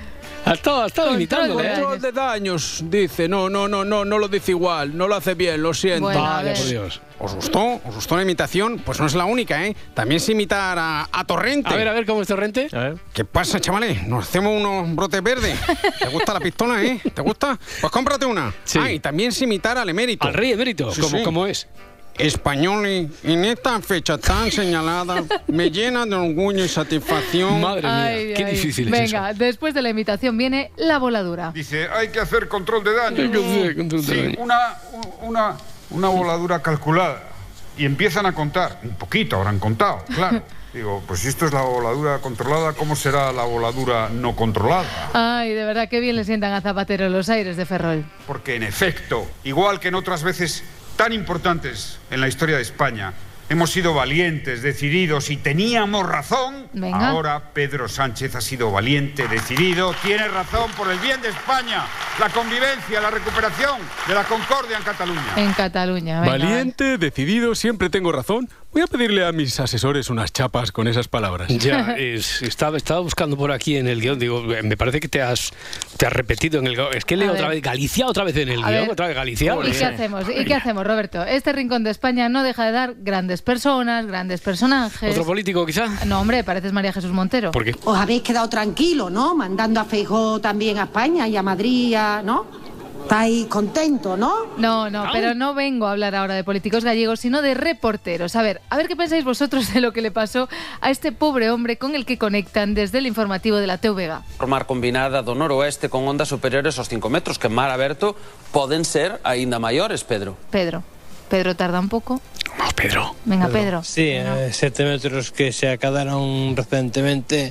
Ha estado, ha estado imitándole, ¿eh? Control de daños, dice. No, no, no, no, no lo dice igual. No lo hace bien, lo siento. Bueno, vale, por Dios. ¿Os gustó? ¿Os gustó la imitación? Pues no es la única, ¿eh? También sé imitar a, a Torrente. A ver, a ver, ¿cómo es Torrente? A ver. ¿Qué pasa, chavales? Nos hacemos unos brotes verdes. ¿Te gusta la pistola, eh? ¿Te gusta? Pues cómprate una. Sí. Ah, y también sé imitar al emérito. ¿Al rey emérito? Sí, ¿Cómo, sí. ¿Cómo es? Españoles, en esta fecha tan señalada, me llena de orgullo y satisfacción. Madre mía, Ay, qué ay. difícil es Venga, eso. después de la imitación viene la voladura. Dice, hay que hacer control de daño. Hay que hacer control de Sí, daño. una, una, una voladura calculada. Y empiezan a contar. Un poquito habrán contado, claro. Digo, pues si esto es la voladura controlada, ¿cómo será la voladura no controlada? Ay, de verdad, qué bien le sientan a Zapatero los aires de Ferrol. Porque en efecto, igual que en otras veces tan importantes en la historia de España, hemos sido valientes, decididos y teníamos razón. Venga. Ahora Pedro Sánchez ha sido valiente, decidido, tiene razón por el bien de España, la convivencia, la recuperación de la concordia en Cataluña. En Cataluña, venga. Valiente, decidido, siempre tengo razón. Voy a pedirle a mis asesores unas chapas con esas palabras. Ya, es, estaba, estaba buscando por aquí en el guión, digo, me parece que te has, te has repetido en el guión. Es que leo A otra ver. vez Galicia, otra vez en el A guión, ver. otra vez Galicia. ¿Y qué hacemos? ¿Y qué hacemos, Roberto? Este rincón de España no deja de dar grandes personas, grandes personajes. ¿Otro político, quizá? No, hombre, pareces María Jesús Montero. ¿Por qué? Os habéis quedado tranquilos, ¿no? Mandando a Feijóo también a España y a Madrid, a- ¿no? Estáis contentos, ¿no? No, no, pero no vengo a hablar ahora de políticos gallegos, sino de reporteros. A ver, a ver qué pensáis vosotros de lo que le pasó a este pobre hombre con el que conectan desde el informativo de la T V G. Por mar combinada do noroeste con ondas superiores aos cinco metros, que en mar aberto poden ser aínda maiores, Pedro. Pedro. Pedro tarda un poco. Vamos, Pedro. Venga, Pedro. Sí, eh, siete metros que se acabaron recientemente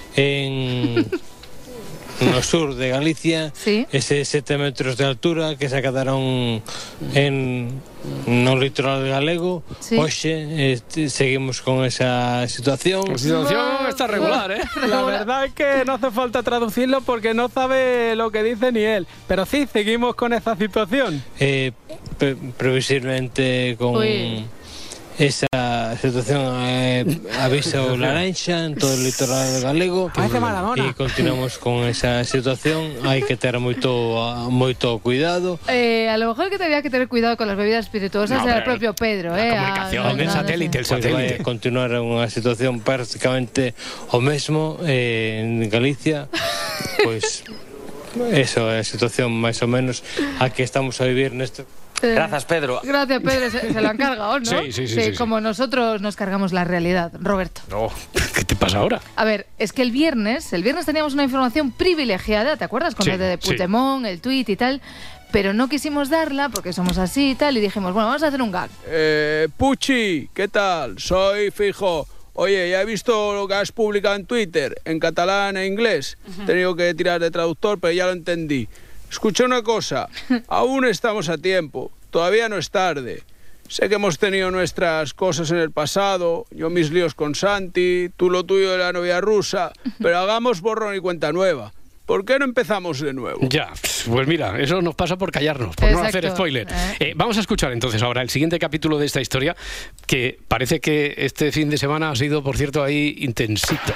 en no sur de Galicia. Sí. Ese siete metros de altura que se quedaron en no litoral galego. Sí. Hoxe este, seguimos con esa situación. La situación está regular, ¿eh? La verdad es que no hace falta traducirlo porque no sabe lo que dice ni él. Pero sí, seguimos con esa situación. Eh, pre- previsiblemente con Uy. esa situación eh, aviso naranja en todo el litoral galego. Parece Maradona. E continuamos con esa situación. Hai que ter moito moito cuidado. Eh, a lo mejor que tendría que tener cuidado con las bebidas espirituosas No, era el pero propio Pedro. la eh, comunicación, a- el a- satélite, el satélite. Vai continuar unha situación prácticamente o mesmo eh, en Galicia. Pois eso é a situación máis ou menos a que estamos a vivir neste. Eh, Grazas, Pedro. Gracias, Pedro. Se, se lo han cargado, ¿no? Sí, sí, sí, sí, sí. Como nosotros nos cargamos la realidad, Roberto. No, ¿qué te pasa ahora? A ver, es que el viernes, el viernes teníamos una información privilegiada, ¿te acuerdas? Con Sí, lo de sí. Puigdemont, el tuit y tal, pero no quisimos darla porque somos así y tal, y dijimos, bueno, vamos a hacer un gag. Eh, Puchi, ¿qué tal? Soy Feijóo. Oye, ya he visto lo que has publicado en Twitter, en catalán e inglés. He tenido que tirar de traductor, pero ya lo entendí. Escucha una cosa, aún estamos a tiempo, todavía no es tarde. Sé que hemos tenido nuestras cosas en el pasado, yo mis líos con Santi, tú lo tuyo de la novia rusa, pero hagamos borrón y cuenta nueva. ¿Por qué no empezamos de nuevo? Ya, pues mira, eso nos pasa por callarnos, por no Exacto. hacer spoiler. Eh. Eh, vamos a escuchar entonces ahora el siguiente capítulo de esta historia, que parece que este fin de semana ha sido, por cierto, ahí intensito.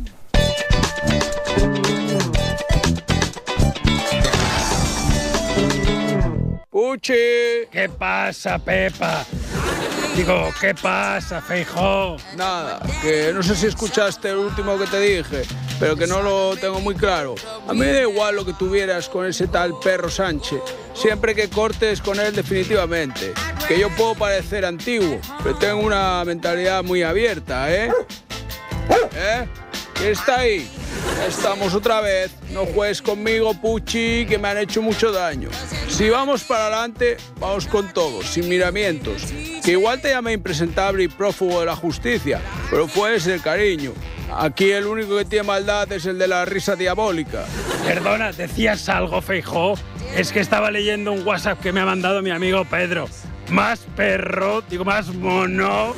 Puchi. ¿Qué pasa, Pepa? Digo, ¿qué pasa, Feijóo? Nada, que no sé si escuchaste el último que te dije, pero que no lo tengo muy claro. A mí me da igual lo que tuvieras con ese tal perro Sánchez, siempre que cortes con él definitivamente. Que yo puedo parecer antiguo, pero tengo una mentalidad muy abierta, ¿eh? ¿Eh? ¿Quién está ahí? Ya estamos otra vez. No juegues conmigo, Puchi, que me han hecho mucho daño. Si vamos para adelante, vamos con todos, sin miramientos. Que igual te llamé impresentable y prófugo de la justicia, pero fue ese el cariño. Aquí el único que tiene maldad es el de la risa diabólica. Perdona, ¿decías algo, Feijóo? Es que estaba leyendo un WhatsApp que me ha mandado mi amigo Pedro. Más perro, digo, más mono.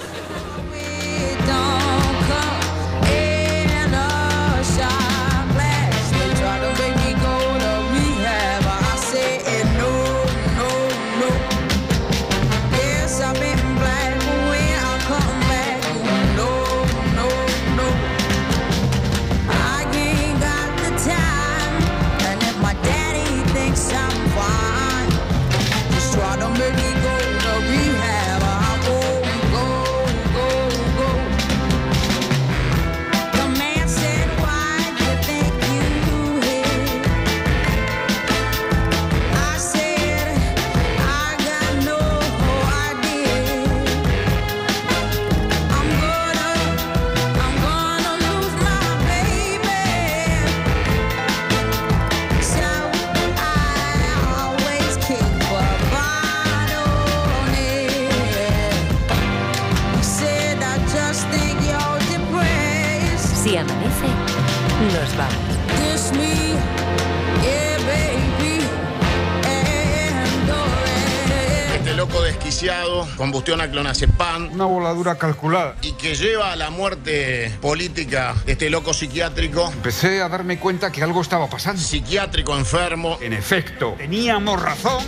iniciado combustión a clonazepam. Una voladura calculada. Y que lleva a la muerte política de este loco psiquiátrico. Empecé a darme cuenta que algo estaba pasando. Psiquiátrico enfermo. En efecto, teníamos razón.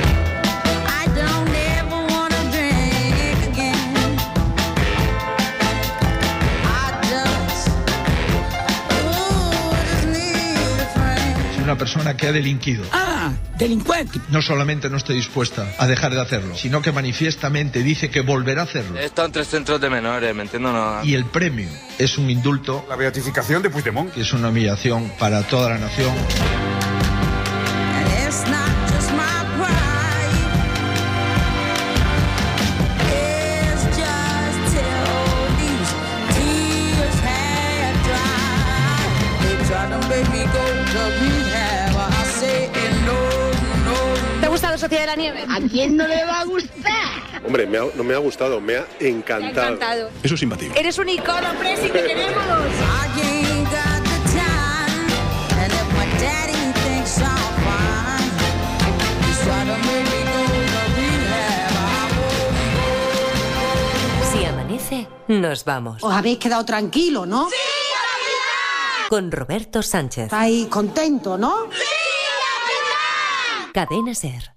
Una persona que ha delinquido. Ah, delincuente. No solamente no estoy dispuesta a dejar de hacerlo, sino que manifiestamente dice que volverá a hacerlo. Están tres centros de menores, me entiendo nada. Y el premio es un indulto. La beatificación de Puigdemont. Que es una humillación para toda la nación. ¿Te gusta la Sociedad de la Nieve? ¿A quién no le va a gustar? Hombre, me ha- no me ha gustado, me ha encantado. Encantado. Eso es imbatible. Eres un icono, Presi, que tenemos. Si amanece, nos vamos. Os habéis quedado tranquilos, ¿no? ¡Sí, Con Roberto Sánchez. Estáis contentos, ¿no? Cadena Ser.